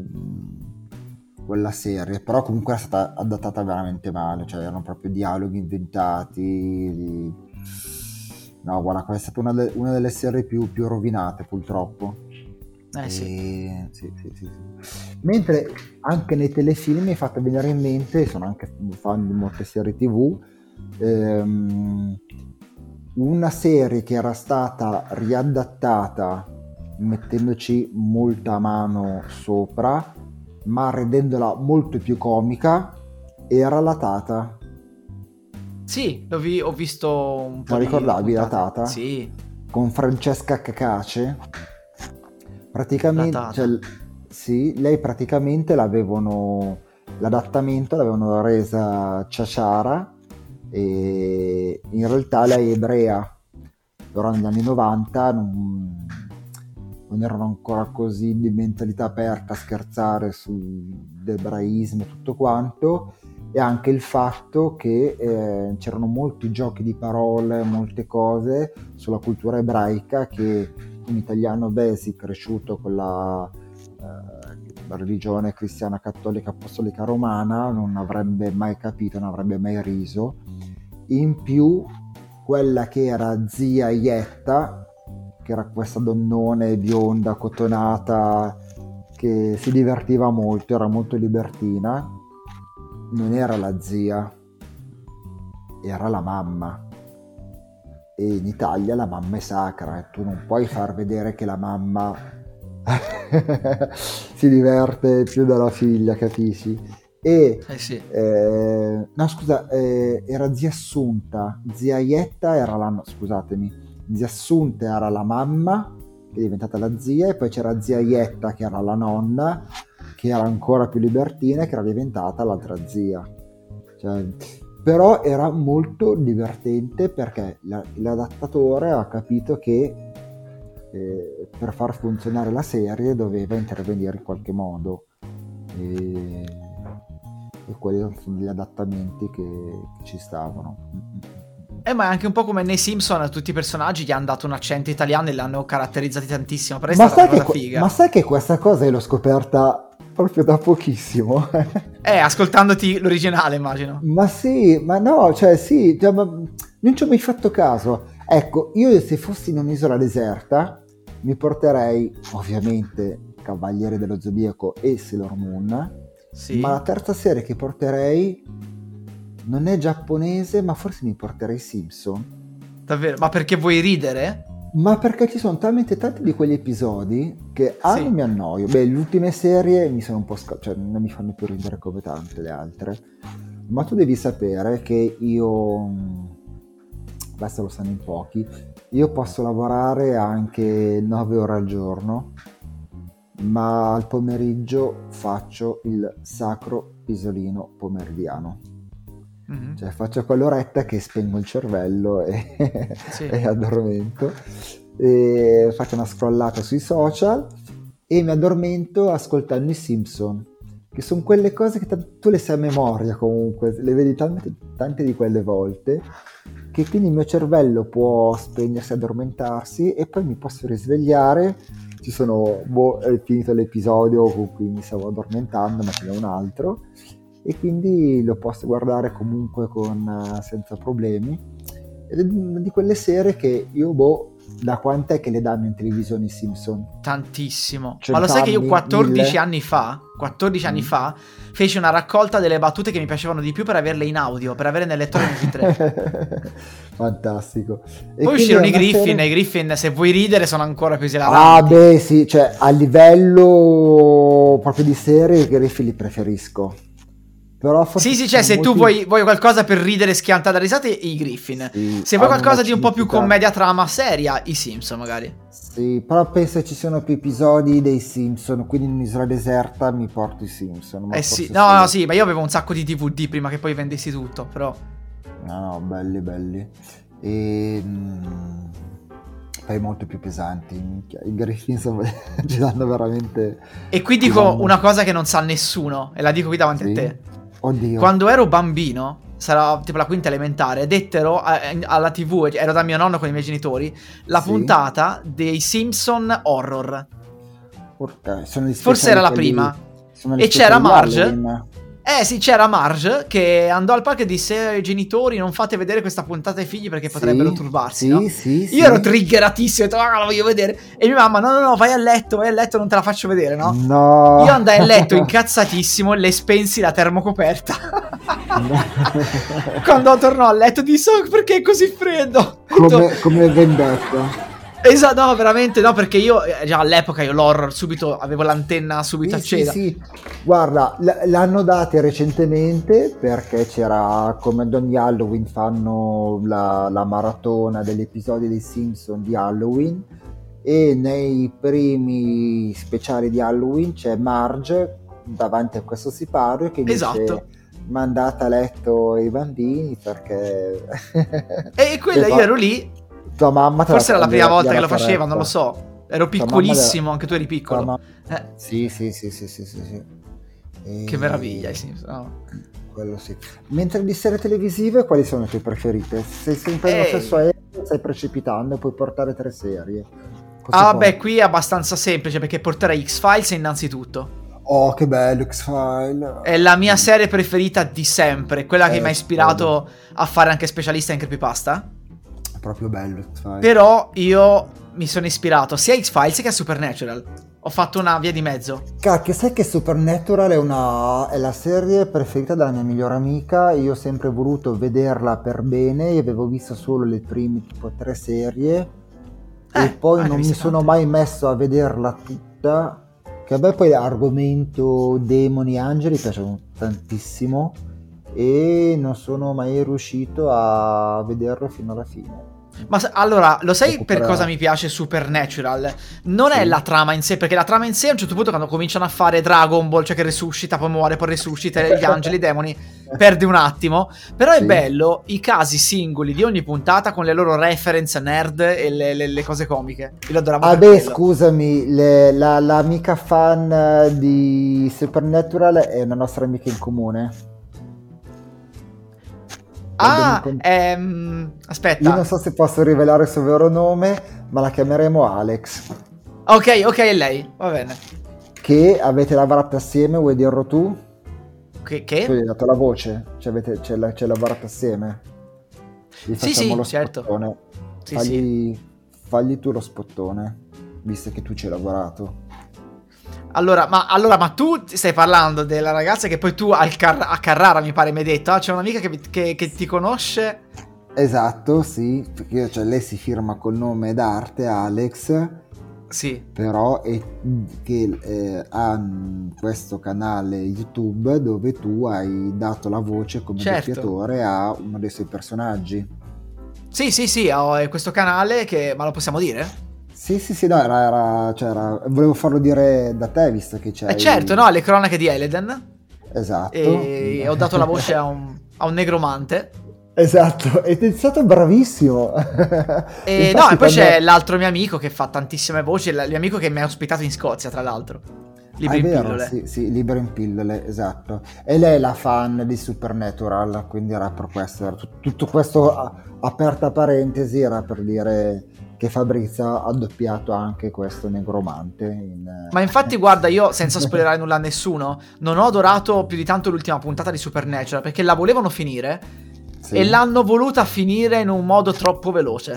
mh, quella serie, però comunque era stata adattata veramente male, cioè erano proprio dialoghi inventati. di- No, guarda, quella è stata una, de- una delle serie più, più rovinate purtroppo. Eh sì. E- sì, sì, sì, sì. Mentre anche nei telefilm mi è fatto venire in mente, sono anche fan di molte serie tv, ehm, una serie che era stata riadattata mettendoci molta mano sopra, ma rendendola molto più comica, era La Tata. Sì, l'ho vi- ho visto un po' La di ricordavi La puntate. Tata? Sì. Con Francesca Cacace. Praticamente, La Tata. cioè, l- sì, lei praticamente l'avevano, l'adattamento l'avevano resa ciaciara e in realtà lei è ebrea, però negli anni novanta non, non erano ancora così di mentalità aperta a scherzare sull'ebraismo e tutto quanto, e anche il fatto che eh, c'erano molti giochi di parole, molte cose sulla cultura ebraica che un italiano basic cresciuto con la, eh, la religione cristiana cattolica apostolica romana non avrebbe mai capito, non avrebbe mai riso. In più quella che era zia Ietta, che era questa donnone bionda cotonata che si divertiva molto, era molto libertina, non era la zia, era la mamma. E in Italia la mamma è sacra e tu non puoi far vedere che la mamma si diverte più della figlia, capisci? E Eh sì. eh, no, scusa, eh, era zia Assunta, zia Ietta era la no- scusatemi, zia Assunta era la mamma che è diventata la zia, e poi c'era zia Ietta che era la nonna, che era ancora più libertina, che era diventata l'altra zia. Cioè, però era molto divertente perché la- l'adattatore ha capito che eh, per far funzionare la serie doveva intervenire in qualche modo, e, e quelli sono gli adattamenti che, che ci stavano. Eh, ma è anche un po' come nei Simpson, a tutti i personaggi gli hanno dato un accento italiano e li hanno caratterizzati tantissimo, però è Ma stata sai, una che, cosa que- figa. ma sai che questa cosa io l'ho scoperta proprio da pochissimo? Eh, ascoltandoti l'originale, immagino. Ma sì, ma no, cioè sì, cioè, ma non ci ho mai fatto caso. Ecco, io se fossi in un'isola deserta mi porterei ovviamente Cavaliere dello Zodiaco e Sailor Moon, Sì. ma la terza serie che porterei non è giapponese, ma forse mi porterei Simpson. Davvero? Ma perché vuoi ridere? Ma perché ci sono talmente tanti di quegli episodi che A Sì. non mi annoio. Beh, le ultime serie mi sono un po' sca- cioè non mi fanno più ridere come tante le altre. Ma tu devi sapere che io, questo lo sanno in pochi, io posso lavorare anche nove ore al giorno, ma al pomeriggio faccio il sacro pisolino pomeridiano. Mhm. Cioè faccio quell'oretta che spengo il cervello e, Sì. e addormento, e faccio una scrollata sui social e mi addormento ascoltando i Simpson, che sono quelle cose che t- tu le sai a memoria comunque, le vedi tante, tante di quelle volte, che quindi il mio cervello può spegnersi, addormentarsi, e poi mi posso risvegliare. Ci sono, boh, è finito l'episodio con cui mi stavo addormentando, ma ce n'è un altro, e quindi lo posso guardare comunque con, eh, senza problemi. Ed è una di quelle serie che io, boh, da quant'è che le danno in televisione i Simpson? Tantissimo. Ma lo sai che io Cent'anni? quattordici Mille? anni fa, quattordici anni Mm. fa, feci una raccolta delle battute che mi piacevano di più per averle in audio, per avere nel lettore M P tre. Fantastico. E Poi quindi uscirono è i una Griffin, serie- e i Griffin, se vuoi ridere, sono ancora più Ah, esilaranti. beh, sì, cioè a livello proprio di serie i Griffin li preferisco. Però forse Sì, sì, ci cioè sono se tu molti- vuoi, vuoi qualcosa per ridere schianta da risate, i Griffin. Sì, Se vuoi hanno qualcosa una di un po' più cinicità. commedia trama seria, i Simpson magari. Sì, però penso ci siano più episodi dei Simpson, quindi in un'isola deserta mi porto i Simpson. Ma Eh sì, forse no, solo- no, sì, ma io avevo un sacco di D V D prima che poi vendessi tutto, però... No, no, belli, belli. E mm, poi molto più pesanti. minchia, I Griffin sono- ci danno veramente... E qui ci dico danno- una cosa che non sa nessuno, e la dico qui davanti Sì? a te. Oddio. Quando ero bambino, sarà tipo la quinta elementare, dettero eh, alla tivù, ero da mio nonno con i miei genitori, la Sì? puntata dei Simpson Horror. Porca- sono gli Forse speciali era la quelli- prima. sono gli E c'era speciali di Marge. Halloween. Eh sì, c'era Marge che andò al parco e disse ai genitori: non fate vedere questa puntata ai figli perché potrebbero Sì, turbarsi, sì, no? sì, sì. Io ero triggeratissimo, ho detto, ah, la voglio vedere. E mia mamma, no, no, no, vai a letto, vai a letto, non te la faccio vedere, no? No. Io andai a letto incazzatissimo e le spensi la termocoperta. Quando tornò a letto disse, oh, perché è così freddo? come, come vendetta. Esatto, no, veramente no, perché io eh, già all'epoca io l'horror subito avevo l'antenna subito Sì, sì, accesa. sì. Guarda, l- l'hanno date recentemente perché c'era, come ad ogni Halloween fanno la, la maratona degli episodi dei Simpson di Halloween, e nei primi speciali di Halloween c'è Marge davanti a questo sipario che dice Esatto. mandate a letto i bambini perché E quella Che io fa- ero lì. tua mamma te Forse era la prima gliela- volta che gliela lo faceva, non lo corretta. so. Ero Tua mamma piccolissimo, gliela- anche tu eri tua piccolo. mamma- Eh, Sì, sì, sì, sì, sì, sì, sì. E- che meraviglia, sì. No. Quello sì. Mentre di serie televisive, quali sono le tue preferite? Sei sempre nello Ehi. stesso aereo, stai precipitando e puoi portare tre serie. Cosa Ah, fai? beh, qui è abbastanza semplice perché porterei X-Files innanzitutto. Oh, che bello, X-File. È la mia serie preferita di sempre, quella che Eh, mi ha ispirato a fare anche specialista in creepypasta. È proprio bello, X-File. Però io mi sono ispirato sia a X-Files che a Supernatural. Ho fatto una via di mezzo. Cacchio, sai che Supernatural è, una, è la serie preferita della mia migliore amica. Io ho sempre voluto vederla per bene. Io avevo visto solo le prime tipo tre serie. Eh, e poi ah, ne non hai mi viste sono tante. mai messo a vederla tutta tutta, che a me poi l'argomento demoni e angeli piacciono tantissimo e non sono mai riuscito a vederlo fino alla fine. Ma allora, lo sai Recupera... per cosa mi piace Supernatural? Non sì. è la trama in sé, perché la trama in sé a un certo punto quando cominciano a fare Dragon Ball, cioè che resuscita, poi muore, poi resuscita, gli angeli, i demoni, perde un attimo. Però è sì. bello i casi singoli di ogni puntata con le loro reference nerd e le, le, le cose comiche. Io lo adoravo. Ah beh, scusami, le, la, l'amica fan di Supernatural è una nostra amica in comune. Ah, ehm, aspetta. Io non so se posso rivelare il suo vero nome, ma la chiameremo Alex. Ok, ok, è lei, va bene. Che avete lavorato assieme, vuoi dirlo tu? Che? che? Tu gli hai dato la voce, cioè avete, c'è, c'è lavorato assieme. Gli sì, sì, lo certo. Spottone. Sì, fagli, sì. fagli tu lo spottone, visto che tu ci hai lavorato. Allora ma, allora, ma tu stai parlando della ragazza che poi tu al Car- a Carrara mi pare mi hai detto, ah, c'è un'amica che, che, che ti conosce? Esatto, sì, perché cioè, lei si firma col nome d'arte Alex, sì. però è che eh, ha questo canale YouTube dove tu hai dato la voce come certo. doppiatore a uno dei suoi personaggi. Sì, sì, sì, ho questo canale che, ma lo possiamo dire? Sì, sì, sì, no, era, era, cioè era, volevo farlo dire da te, visto che c'è. Eh certo, no, le cronache di Eleden. Esatto. E ho dato la voce a un, a un negromante. Esatto, ed è stato bravissimo. E infatti, no, e poi quando... c'è l'altro mio amico che fa tantissime voci, il mio amico che mi ha ospitato in Scozia, tra l'altro. Libero ah, in vero, pillole. Sì, sì, Libero in pillole, esatto. E lei è la fan di Supernatural, quindi era per questo. Era tutto, tutto questo, aperta parentesi, era per dire che Fabrizio ha doppiato anche questo negromante. In... Ma infatti guarda, io senza spoilerare nulla a nessuno, non ho adorato più di tanto l'ultima puntata di Supernatural, perché la volevano finire sì. e l'hanno voluta finire in un modo troppo veloce.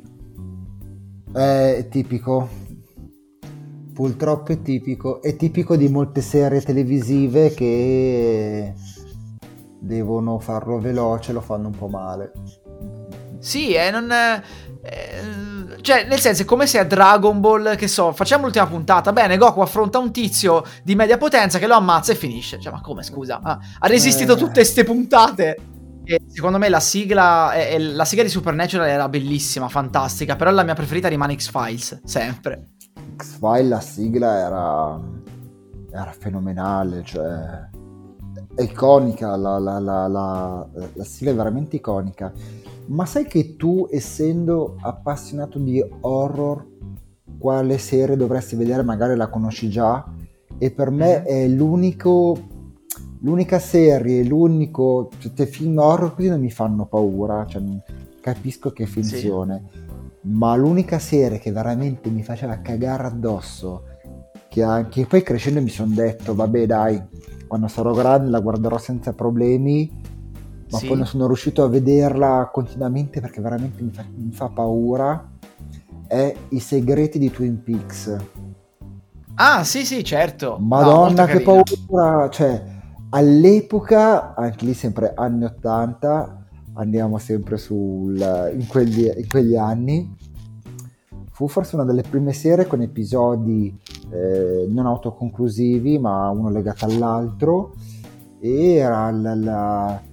È tipico, purtroppo è tipico, è tipico di molte serie televisive che devono farlo veloce, lo fanno un po' male. Sì, e eh, non... Eh, cioè, nel senso, è come se a Dragon Ball, che so, facciamo l'ultima puntata, bene, Goku affronta un tizio di media potenza che lo ammazza e finisce. Cioè, ma come, scusa? Ah, ha resistito eh. tutte ste puntate. E secondo me la sigla, eh, la sigla di Supernatural era bellissima, fantastica, però la mia preferita rimane X-Files, sempre. X-Files, la sigla era... era fenomenale, cioè... è iconica, la, la, la, la, la sigla è veramente iconica. Ma sai che tu, essendo appassionato di horror, quale serie dovresti vedere? Magari la conosci già, e per me è l'unico l'unica serie, l'unico cioè, film horror così non mi fanno paura, cioè, capisco che è finzione, sì. ma l'unica serie che veramente mi faceva cagare addosso, che anche poi crescendo mi sono detto vabbè dai, quando sarò grande la guarderò senza problemi, ma sì. poi non sono riuscito a vederla continuamente perché veramente mi fa, mi fa paura, è I segreti di Twin Peaks. Ah sì sì certo, Madonna no, che carina. Paura, cioè all'epoca, anche lì sempre anni ottanta, andiamo sempre sul, in, quegli, in quegli anni, fu forse una delle prime serie con episodi eh, non autoconclusivi ma uno legato all'altro, e era la, la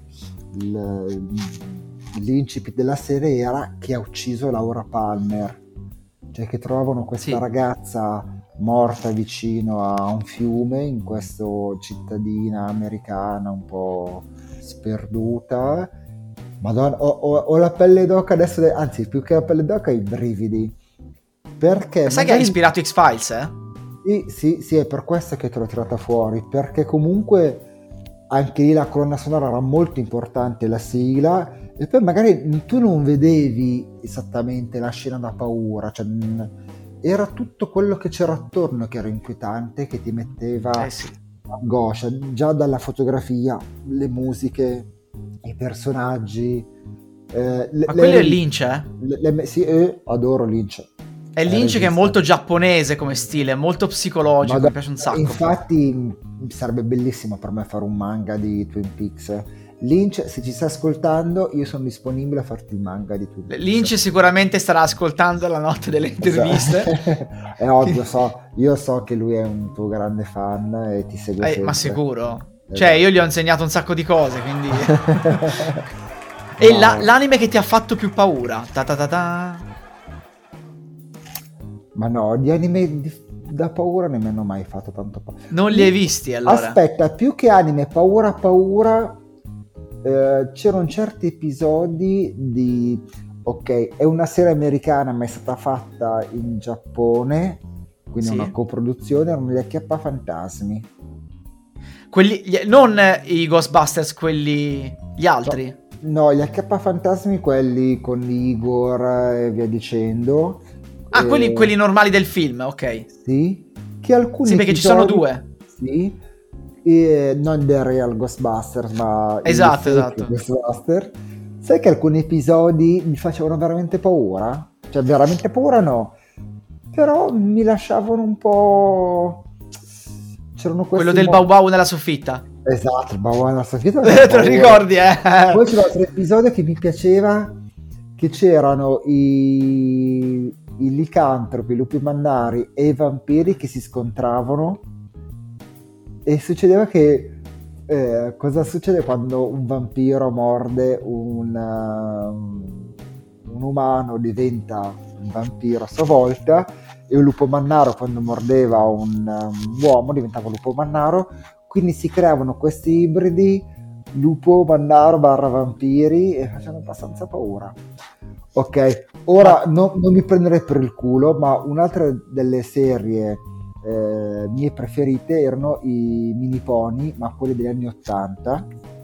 l'incipit della serie era che ha ucciso Laura Palmer, cioè che trovavano questa sì. ragazza morta vicino a un fiume in questa cittadina americana un po' sperduta. Madonna, ho, ho, ho la pelle d'oca adesso, anzi più che la pelle d'oca i brividi, perché sai magari... che ha ispirato X-Files, eh? Sì, sì, sì, è per questo che te l'ho tirata fuori, perché comunque anche lì la colonna sonora era molto importante, la sigla, e poi magari tu non vedevi esattamente la scena da paura, cioè era tutto quello che c'era attorno che era inquietante, che ti metteva eh sì. angoscia, già dalla fotografia, le musiche, i personaggi. Eh, le, Ma quello le, è Lynch, eh? Le, le, sì, eh, adoro Lynch. È Lynch che è molto giapponese come stile, molto psicologico, Madonna, mi piace un sacco. Infatti sarebbe bellissimo per me fare un manga di Twin Peaks, Lynch, se ci stai ascoltando, io sono disponibile a farti il manga di tutto. Lynch sicuramente starà ascoltando la notte delle interviste. È ovvio, so, io so che lui è un tuo grande fan e ti segue eh, sempre. Ma sicuro. Esatto. Cioè, io gli ho insegnato un sacco di cose, quindi... E no. la, l'anime che ti ha fatto più paura? Ta ta ta ta. Ma no, di anime di, da paura non mi hanno mai fatto tanto paura. Non li hai visti, allora? Aspetta, più che anime paura paura... Uh, c'erano certi episodi di ok, è una serie americana ma è stata fatta in Giappone, quindi sì. È una coproduzione, erano gli Acchiappafantasmi, quelli gli, non i Ghostbusters, quelli gli altri. no, no, gli Acchiappafantasmi, quelli con Igor e via dicendo. Ah, e... quelli, quelli normali del film, ok. Sì, che alcuni sì, perché episodi... ci sono due. Sì, e non The Real Ghostbusters, ma esatto, esatto. Ghostbusters. Sai che alcuni episodi mi facevano veramente paura? Cioè, veramente paura no, però mi lasciavano un po'... C'erano questi quello del mo- Bau Bau nella soffitta. Esatto, il Bau Bau nella soffitta. Te lo ricordi, eh? Poi c'era un altro episodio che mi piaceva, che c'erano i, i licantropi, i lupi mannari e i vampiri che si scontravano. E succedeva che eh, cosa succede quando un vampiro morde un, uh, un umano, diventa un vampiro a sua volta, e un lupo mannaro quando mordeva un, um, uomo diventava un lupo mannaro, quindi si creavano questi ibridi lupo mannaro barra vampiri e facevano abbastanza paura. Ok, ora no, non mi prenderei per il culo, ma un'altra delle serie Eh, mie preferite erano i mini pony, ma quelli degli anni ottanta,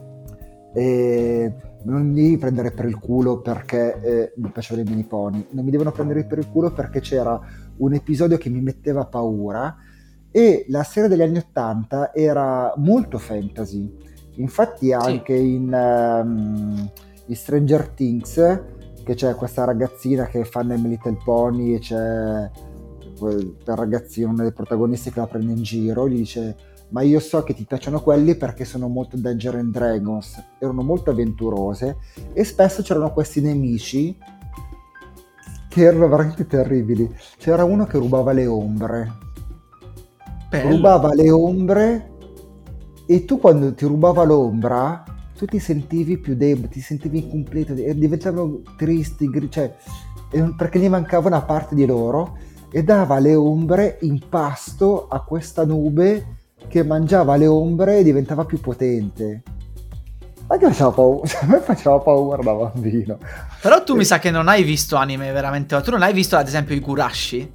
e non mi devi prendere per il culo perché eh, mi piacevano i mini pony, non mi devono prendere per il culo perché c'era un episodio che mi metteva paura e la serie degli anni ottanta era molto fantasy, infatti anche sì. in, um, in Stranger Things, che c'è questa ragazzina che fa nel Little Pony e c'è quel ragazzino, uno dei protagonisti, che la prende in giro, gli dice: ma io so che ti piacciono quelli perché sono molto Dungeons and Dragons, erano molto avventurose e spesso c'erano questi nemici che erano veramente terribili. C'era uno che rubava le ombre. Bello. Rubava le ombre e tu quando ti rubava l'ombra tu ti sentivi più debole, ti sentivi incompleto e diventavano tristi, cioè, perché gli mancava una parte di loro, e dava le ombre in pasto a questa nube che mangiava le ombre e diventava più potente. Ma che faceva paura, a me faceva paura da bambino. Però tu e... mi sa che non hai visto anime veramente. Tu non hai visto ad esempio i Kurashi?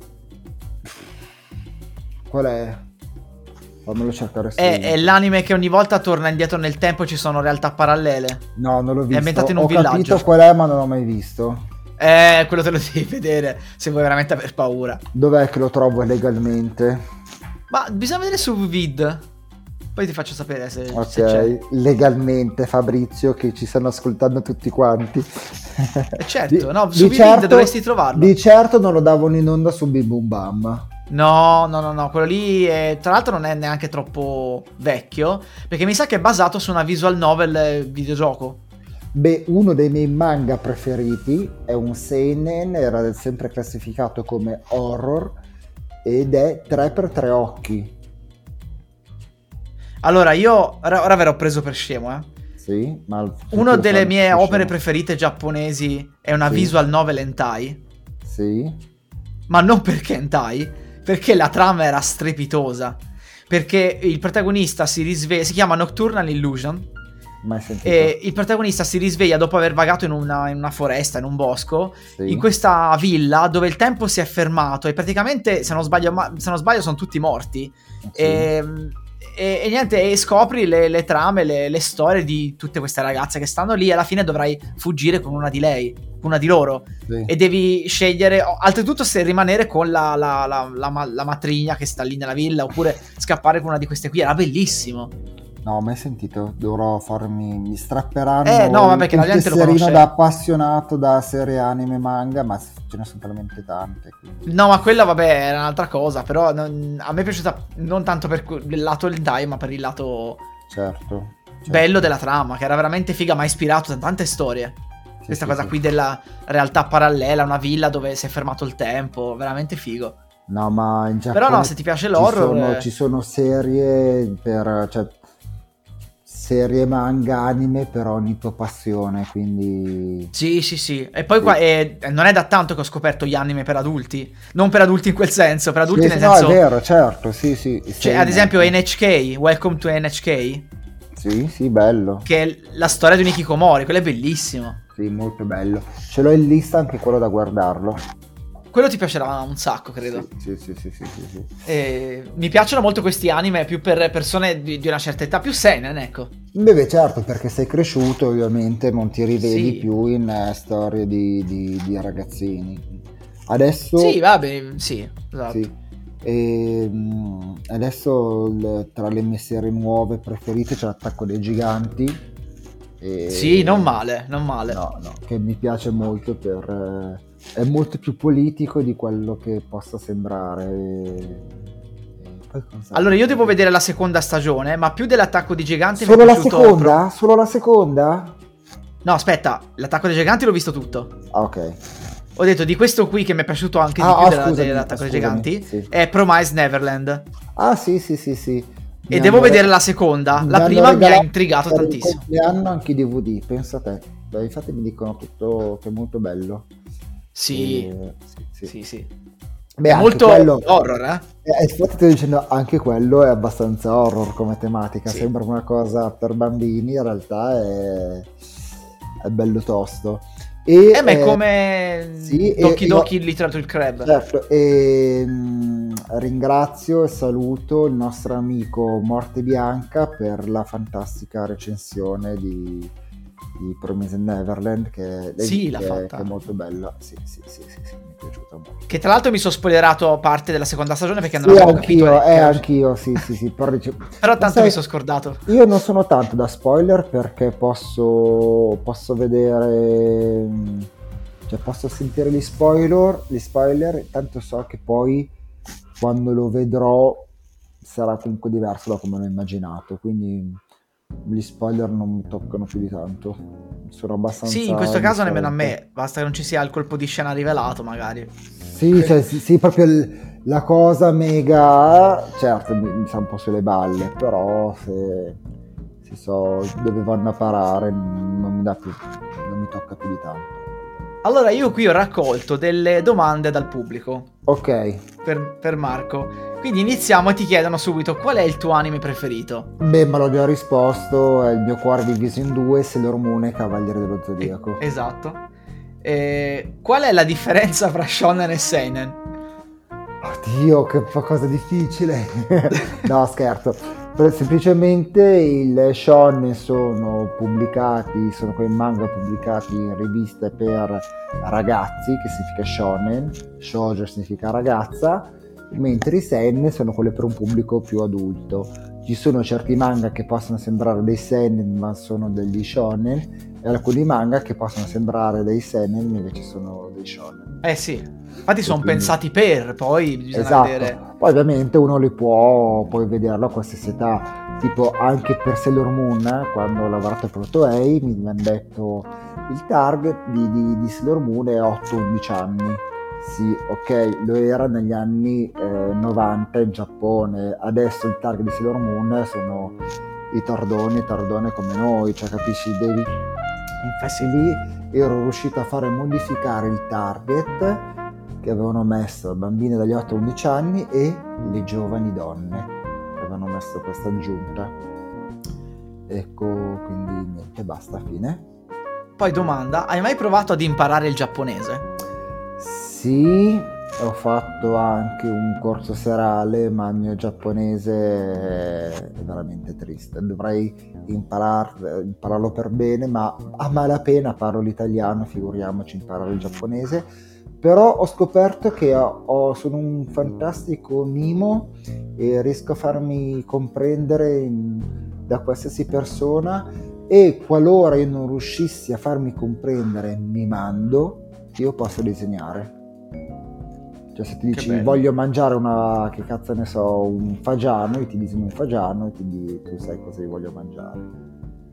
Qual è? Fammelo cercare. È, è l'anime che ogni volta torna indietro nel tempo e ci sono realtà parallele. No, non l'ho visto. È ambientato in un Ho villaggio. Ho capito qual è, ma non l'ho mai visto. Eh, quello te lo devi vedere se vuoi veramente aver paura. Dov'è che lo trovo legalmente? Ma bisogna vedere su Vid. Poi ti faccio sapere se, ok, se c'è. Legalmente, Fabrizio, che ci stanno ascoltando tutti quanti. Eh certo, di, no, su di certo, Vid dovresti trovarlo. Di certo non lo davano in onda su Bim Bum Bam. No, no, no, no, quello lì è, tra l'altro non è neanche troppo vecchio, perché mi sa che è basato su una visual novel videogioco. Beh, uno dei miei manga preferiti è un seinen, era sempre classificato come horror, ed è tre per tre occhi. Allora, io ora, ora ve l'ho preso per scemo, eh. Sì, ma una delle mie opere preferite giapponesi è una sì. visual novel hentai. Sì. Ma non perché hentai, perché la trama era strepitosa. Perché il protagonista si risveglia, si chiama Nocturnal Illusion. Mai sentito. E il protagonista si risveglia dopo aver vagato in una, in una foresta, in un bosco, sì. in questa villa dove il tempo si è fermato e praticamente, se non sbaglio, ma, se non sbaglio sono tutti morti. Sì. E, e, e niente, e scopri le, le trame, le, le storie di tutte queste ragazze che stanno lì, e alla fine dovrai fuggire con una di lei, una di loro, sì. e devi scegliere, oltretutto, se rimanere con la, la, la, la, la matrigna che sta lì nella villa oppure scappare con una di queste qui. Era bellissimo. No, mai sentito, dovrò farmi, mi strapperanno eh, no, vabbè, che la gente lo conosce. Da appassionato da serie anime manga, ma ce ne sono talmente tante. Quindi. No, ma quella vabbè era un'altra cosa, però non, a me è piaciuta non tanto per il lato hentai, ma per il lato certo. bello della trama, che era veramente figa, ma ha ispirato tante storie. Sì, Questa sì, cosa sì. qui della realtà parallela, una villa dove si è fermato il tempo, veramente figo. No, ma in Giappone Però no, se ti piace ci l'horror... sono, eh, ci sono serie per, cioè, serie manga, anime per ogni tua passione, quindi Sì, sì, sì. E poi sì. qua eh, non è da tanto che ho scoperto gli anime per adulti. Non per adulti in quel senso, per adulti Sì, nel sì, no, senso... è vero, certo, sì, sì. Cioè, sei ad esempio molto- N H K, Welcome to N H K, Sì, sì, bello. che è la storia di un hikikomori, quello è bellissimo. Sì, molto bello. Ce l'ho in lista anche quello da guardarlo. Quello ti piacerà un sacco, credo. Sì, sì, sì, sì, sì, sì. E mi piacciono molto questi anime più per persone di, di una certa età, più seinen, ecco. Beh, certo, perché sei cresciuto, ovviamente non ti rivedi Sì. più in eh, storie di, di- di ragazzini. Adesso Sì, va bene, sì, esatto. sì. E, mm, adesso il- tra le mie serie nuove preferite c'è L'attacco dei giganti. E- Sì, non male, non male. No, no, che mi piace molto per... eh, è molto più politico di quello che possa sembrare. E- e poi cosa- Allora, io devo vedere la seconda stagione, ma più dell'attacco di giganti mi è Solo la piaciuto... seconda? Solo la seconda? No, aspetta, l'attacco dei giganti l'ho visto tutto. Ah, ok. Ho detto di questo qui che mi è piaciuto anche di Ah, più ah, della- scusami, dell'attacco dei scusami, giganti sì. è Promised Neverland. Ah, sì, sì, sì, sì. Mi E devo hanno- vedere la seconda. mi La hanno prima mi ha regalato intrigato per il tantissimo. compleanno anche i D V D, pensa a te. Beh, infatti mi dicono tutto che è molto bello. Sì, E- sì, sì. sì, sì. Beh, È anche molto quello- horror, eh? Eh, infatti sto dicendo, anche quello è abbastanza horror come tematica. Sì. Sembra una cosa per bambini, in realtà è, è bello tosto. E, Eh, ma è eh, come sì, e- Doki io- Doki Literature Crab. Certo, e mh, ringrazio e saluto il nostro amico Morte Bianca per la fantastica recensione di, di Promised Neverland, che, Sì, che- l'ha fatta. che è molto bella. Sì, sì, sì, sì, sì, mi è piaciuta molto. Che tra l'altro mi sono spoilerato parte della seconda stagione perché non Sì, avevo capito. anch'io, che eh, era- anch'io, sì, sì, sì, però, dice- Però tanto sai, mi sono scordato. io non sono tanto da spoiler perché posso, posso vedere, mh, cioè posso sentire gli spoiler, gli spoiler, tanto so che poi quando lo vedrò sarà comunque diverso da come l'ho immaginato, quindi gli spoiler non mi toccano più di tanto, sono abbastanza... Sì, in questo caso nemmeno a indifferente. me. Basta che non ci sia il colpo di scena rivelato, magari. Sì, cioè, sì, sì, proprio il- la cosa mega, certo, mi, mi sa un po' sulle balle, però se, se so dove vanno a parare non mi dà più, non mi tocca più di tanto. Allora, io qui ho raccolto delle domande dal pubblico Ok, per, per Marco. Quindi iniziamo e ti chiedono subito qual è il tuo anime preferito. beh, ma l'ho già risposto, è il mio cuore diviso in due, Sailor Moon e Cavaliere dello Zodiaco. Esatto. E qual è la differenza fra shonen e seinen? Oddio, che fa- cosa difficile. No, scherzo. Per- semplicemente il shonen sono pubblicati, sono quei manga pubblicati in riviste per ragazzi, che significa shonen, shoujo significa ragazza, mentre i seinen sono quelle per un pubblico più adulto. Ci sono certi manga che possono sembrare dei seinen ma sono degli shonen, e alcuni manga che possono sembrare dei seinen invece sono dei shonen. Eh sì, infatti sono quindi- pensati per, poi bisogna Esatto, vedere. poi ovviamente uno li può poi vederlo a qualsiasi età, tipo anche per Sailor Moon, eh, quando ho lavorato per Toei mi hanno detto il target di, di, di Sailor Moon è otto undici anni. Sì, ok, lo era negli anni eh, novanta in Giappone, adesso il target di Sailor Moon sono i tardoni, tardone come noi, cioè capisci, devi... Infatti lì ero riuscito a fare modificare il target che avevano messo bambine dagli otto ai undici anni e le giovani donne, avevano messo questa aggiunta. Ecco, quindi niente, basta, fine. Poi domanda, hai mai provato ad imparare il giapponese? Sì, ho fatto anche un corso serale, ma il mio giapponese è veramente triste. Dovrei imparar- impararlo per bene, ma a malapena parlo l'italiano, figuriamoci imparare il giapponese. Però ho scoperto che ho- ho- sono un fantastico mimo e riesco a farmi comprendere in- da qualsiasi persona, e qualora io non riuscissi a farmi comprendere mimando, io posso disegnare. Cioè se ti Che dici bello. voglio mangiare una, che cazzo ne so, un fagiano, io ti disegno un fagiano e quindi tu sai cosa io voglio mangiare.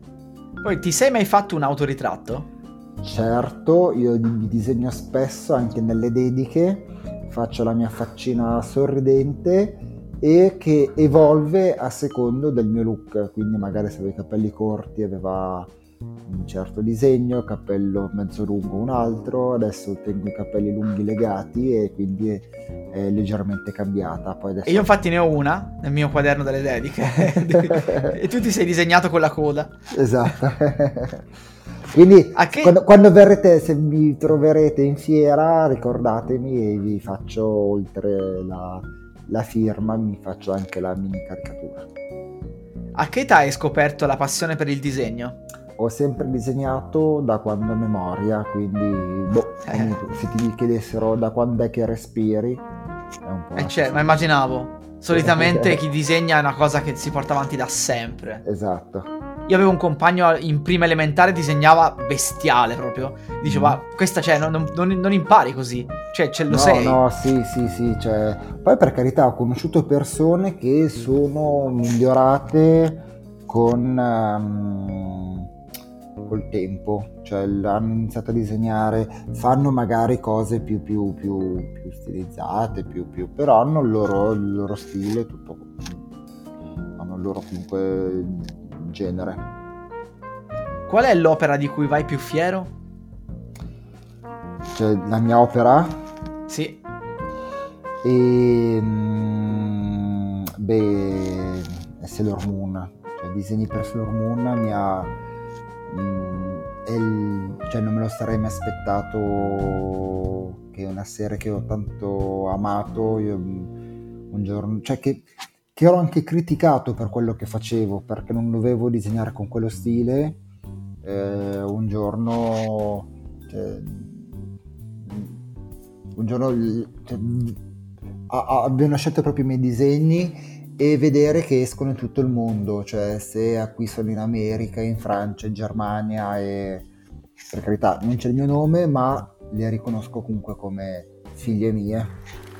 Poi ti sei mai fatto un autoritratto? Certo, io mi disegno spesso anche nelle dediche, faccio la mia faccina sorridente e che evolve a secondo del mio look, quindi magari se avevo i capelli corti aveva un certo disegno, cappello mezzo lungo un altro, adesso tengo i capelli lunghi legati e quindi è, è leggermente cambiata. Poi adesso... E io infatti ne ho una nel mio quaderno delle dediche e tu ti sei disegnato con la coda. Esatto. Quindi che... quando, quando verrete, se vi troverete in fiera, ricordatemi e vi faccio, oltre la, la firma, mi faccio anche la mini caricatura. A che età hai scoperto la passione per il disegno? Ho sempre disegnato da quando ho memoria, quindi boh, eh. se ti chiedessero da quando è che respiri, è un po'... Eh cioè, ma immaginavo, solitamente chi disegna è una cosa che si porta avanti da sempre. Esatto. Io avevo un compagno in prima elementare, disegnava bestiale proprio. Diceva, mm. questa cioè, non, non, non impari così, cioè ce lo no, sei. No, sì, sì, sì, cioè... Poi per carità ho conosciuto persone che sono migliorate con... Um... col tempo, cioè hanno iniziato a disegnare, fanno magari cose più, più, più, più stilizzate, più, più, però hanno il loro, il loro stile, tutto, hanno il loro comunque genere. Qual è l'opera di cui vai più fiero? Cioè la mia opera? Sì. E beh, è Sailor Moon, cioè disegni per Sailor Moon mi ha Il, cioè non me lo sarei mai aspettato, che è una serie che ho tanto amato. Io un giorno, cioè che, che ero anche criticato per quello che facevo, perché non dovevo disegnare con quello stile. Eh, un giorno cioè, un giorno cioè, abbiamo scelto proprio i miei disegni e vedere che escono in tutto il mondo, cioè se acquistano in America, in Francia, in Germania, e per carità non c'è il mio nome, ma le riconosco comunque come figlie mie.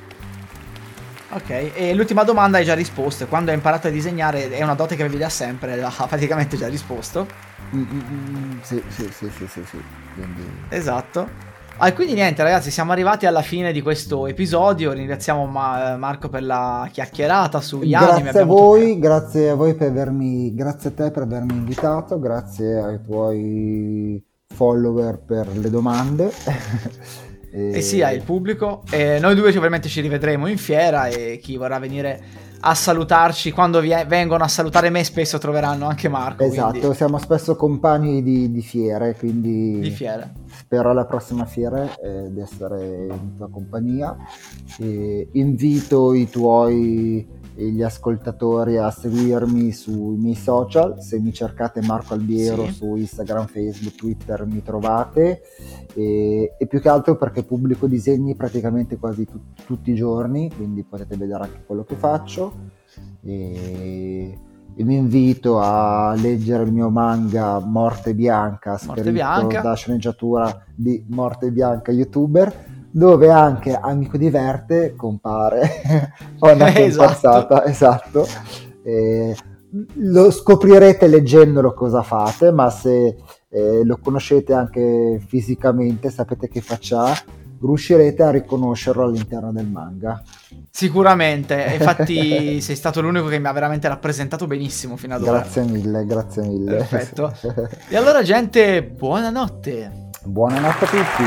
Ok, e l'ultima domanda hai già risposto. Quando hai imparato a disegnare, è una dote che avevi da sempre, ha praticamente già risposto. Mm-mm, sì, sì, sì, sì, sì, sì. Quindi... Esatto. Ah, quindi niente ragazzi, siamo arrivati alla fine di questo episodio. Ringraziamo Ma- Marco per la chiacchierata sugli anime. Grazie a voi, toccato. grazie a voi per avermi, grazie a te per avermi invitato, grazie ai tuoi follower per le domande. e... e sì, al pubblico. E noi due ovviamente ci rivedremo in fiera e chi vorrà venire a salutarci, quando vi- vengono a salutare me spesso troveranno anche Marco. Esatto, quindi... siamo spesso compagni di, di fiere, quindi di fiere. Spero alla prossima fiera eh, di essere in tua compagnia. E invito i tuoi e gli ascoltatori a seguirmi sui miei social. Se mi cercate Marco Albiero sì. su Instagram, Facebook, Twitter mi trovate, e, e più che altro perché pubblico disegni praticamente quasi tu, tutti i giorni, quindi potete vedere anche quello che faccio. E... e vi invito a leggere il mio manga Morte Bianca, scritto Bianca. da sceneggiatura di Morte Bianca youtuber, dove anche Amico Diverte compare. Ho una comparsata, esatto, e lo scoprirete leggendolo cosa fate, ma se eh, lo conoscete anche fisicamente, sapete che faccia ha, riuscirete a riconoscerlo all'interno del manga. Sicuramente, infatti sei stato l'unico che mi ha veramente rappresentato benissimo fino ad ora. Grazie mille, grazie mille. Perfetto. E allora gente, buonanotte. Buonanotte a tutti.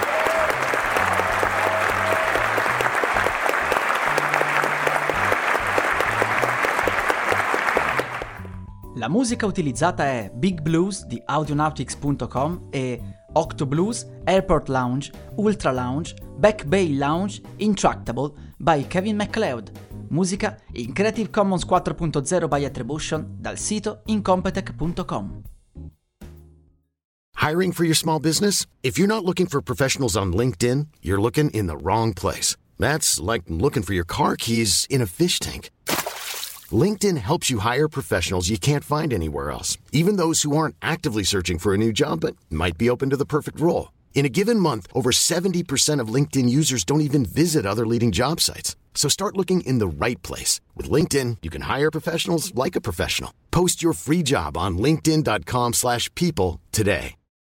La musica utilizzata è Big Blues di audionautics punto com e Octoblues, Airport Lounge, Ultra Lounge, Back Bay Lounge, Intractable by Kevin MacLeod. Musica in Creative Commons quattro punto zero by Attribution dal sito incompetech punto com. Hiring for your small business? If you're not looking for professionals on LinkedIn, you're looking in the wrong place. That's like looking for your car keys in a fish tank. LinkedIn helps you hire professionals you can't find anywhere else, even those who aren't actively searching for a new job but might be open to the perfect role. In a given month, over seventy percent of LinkedIn users don't even visit other leading job sites. So start looking in the right place. With LinkedIn, you can hire professionals like a professional. Post your free job on linkedin dot com slash people today.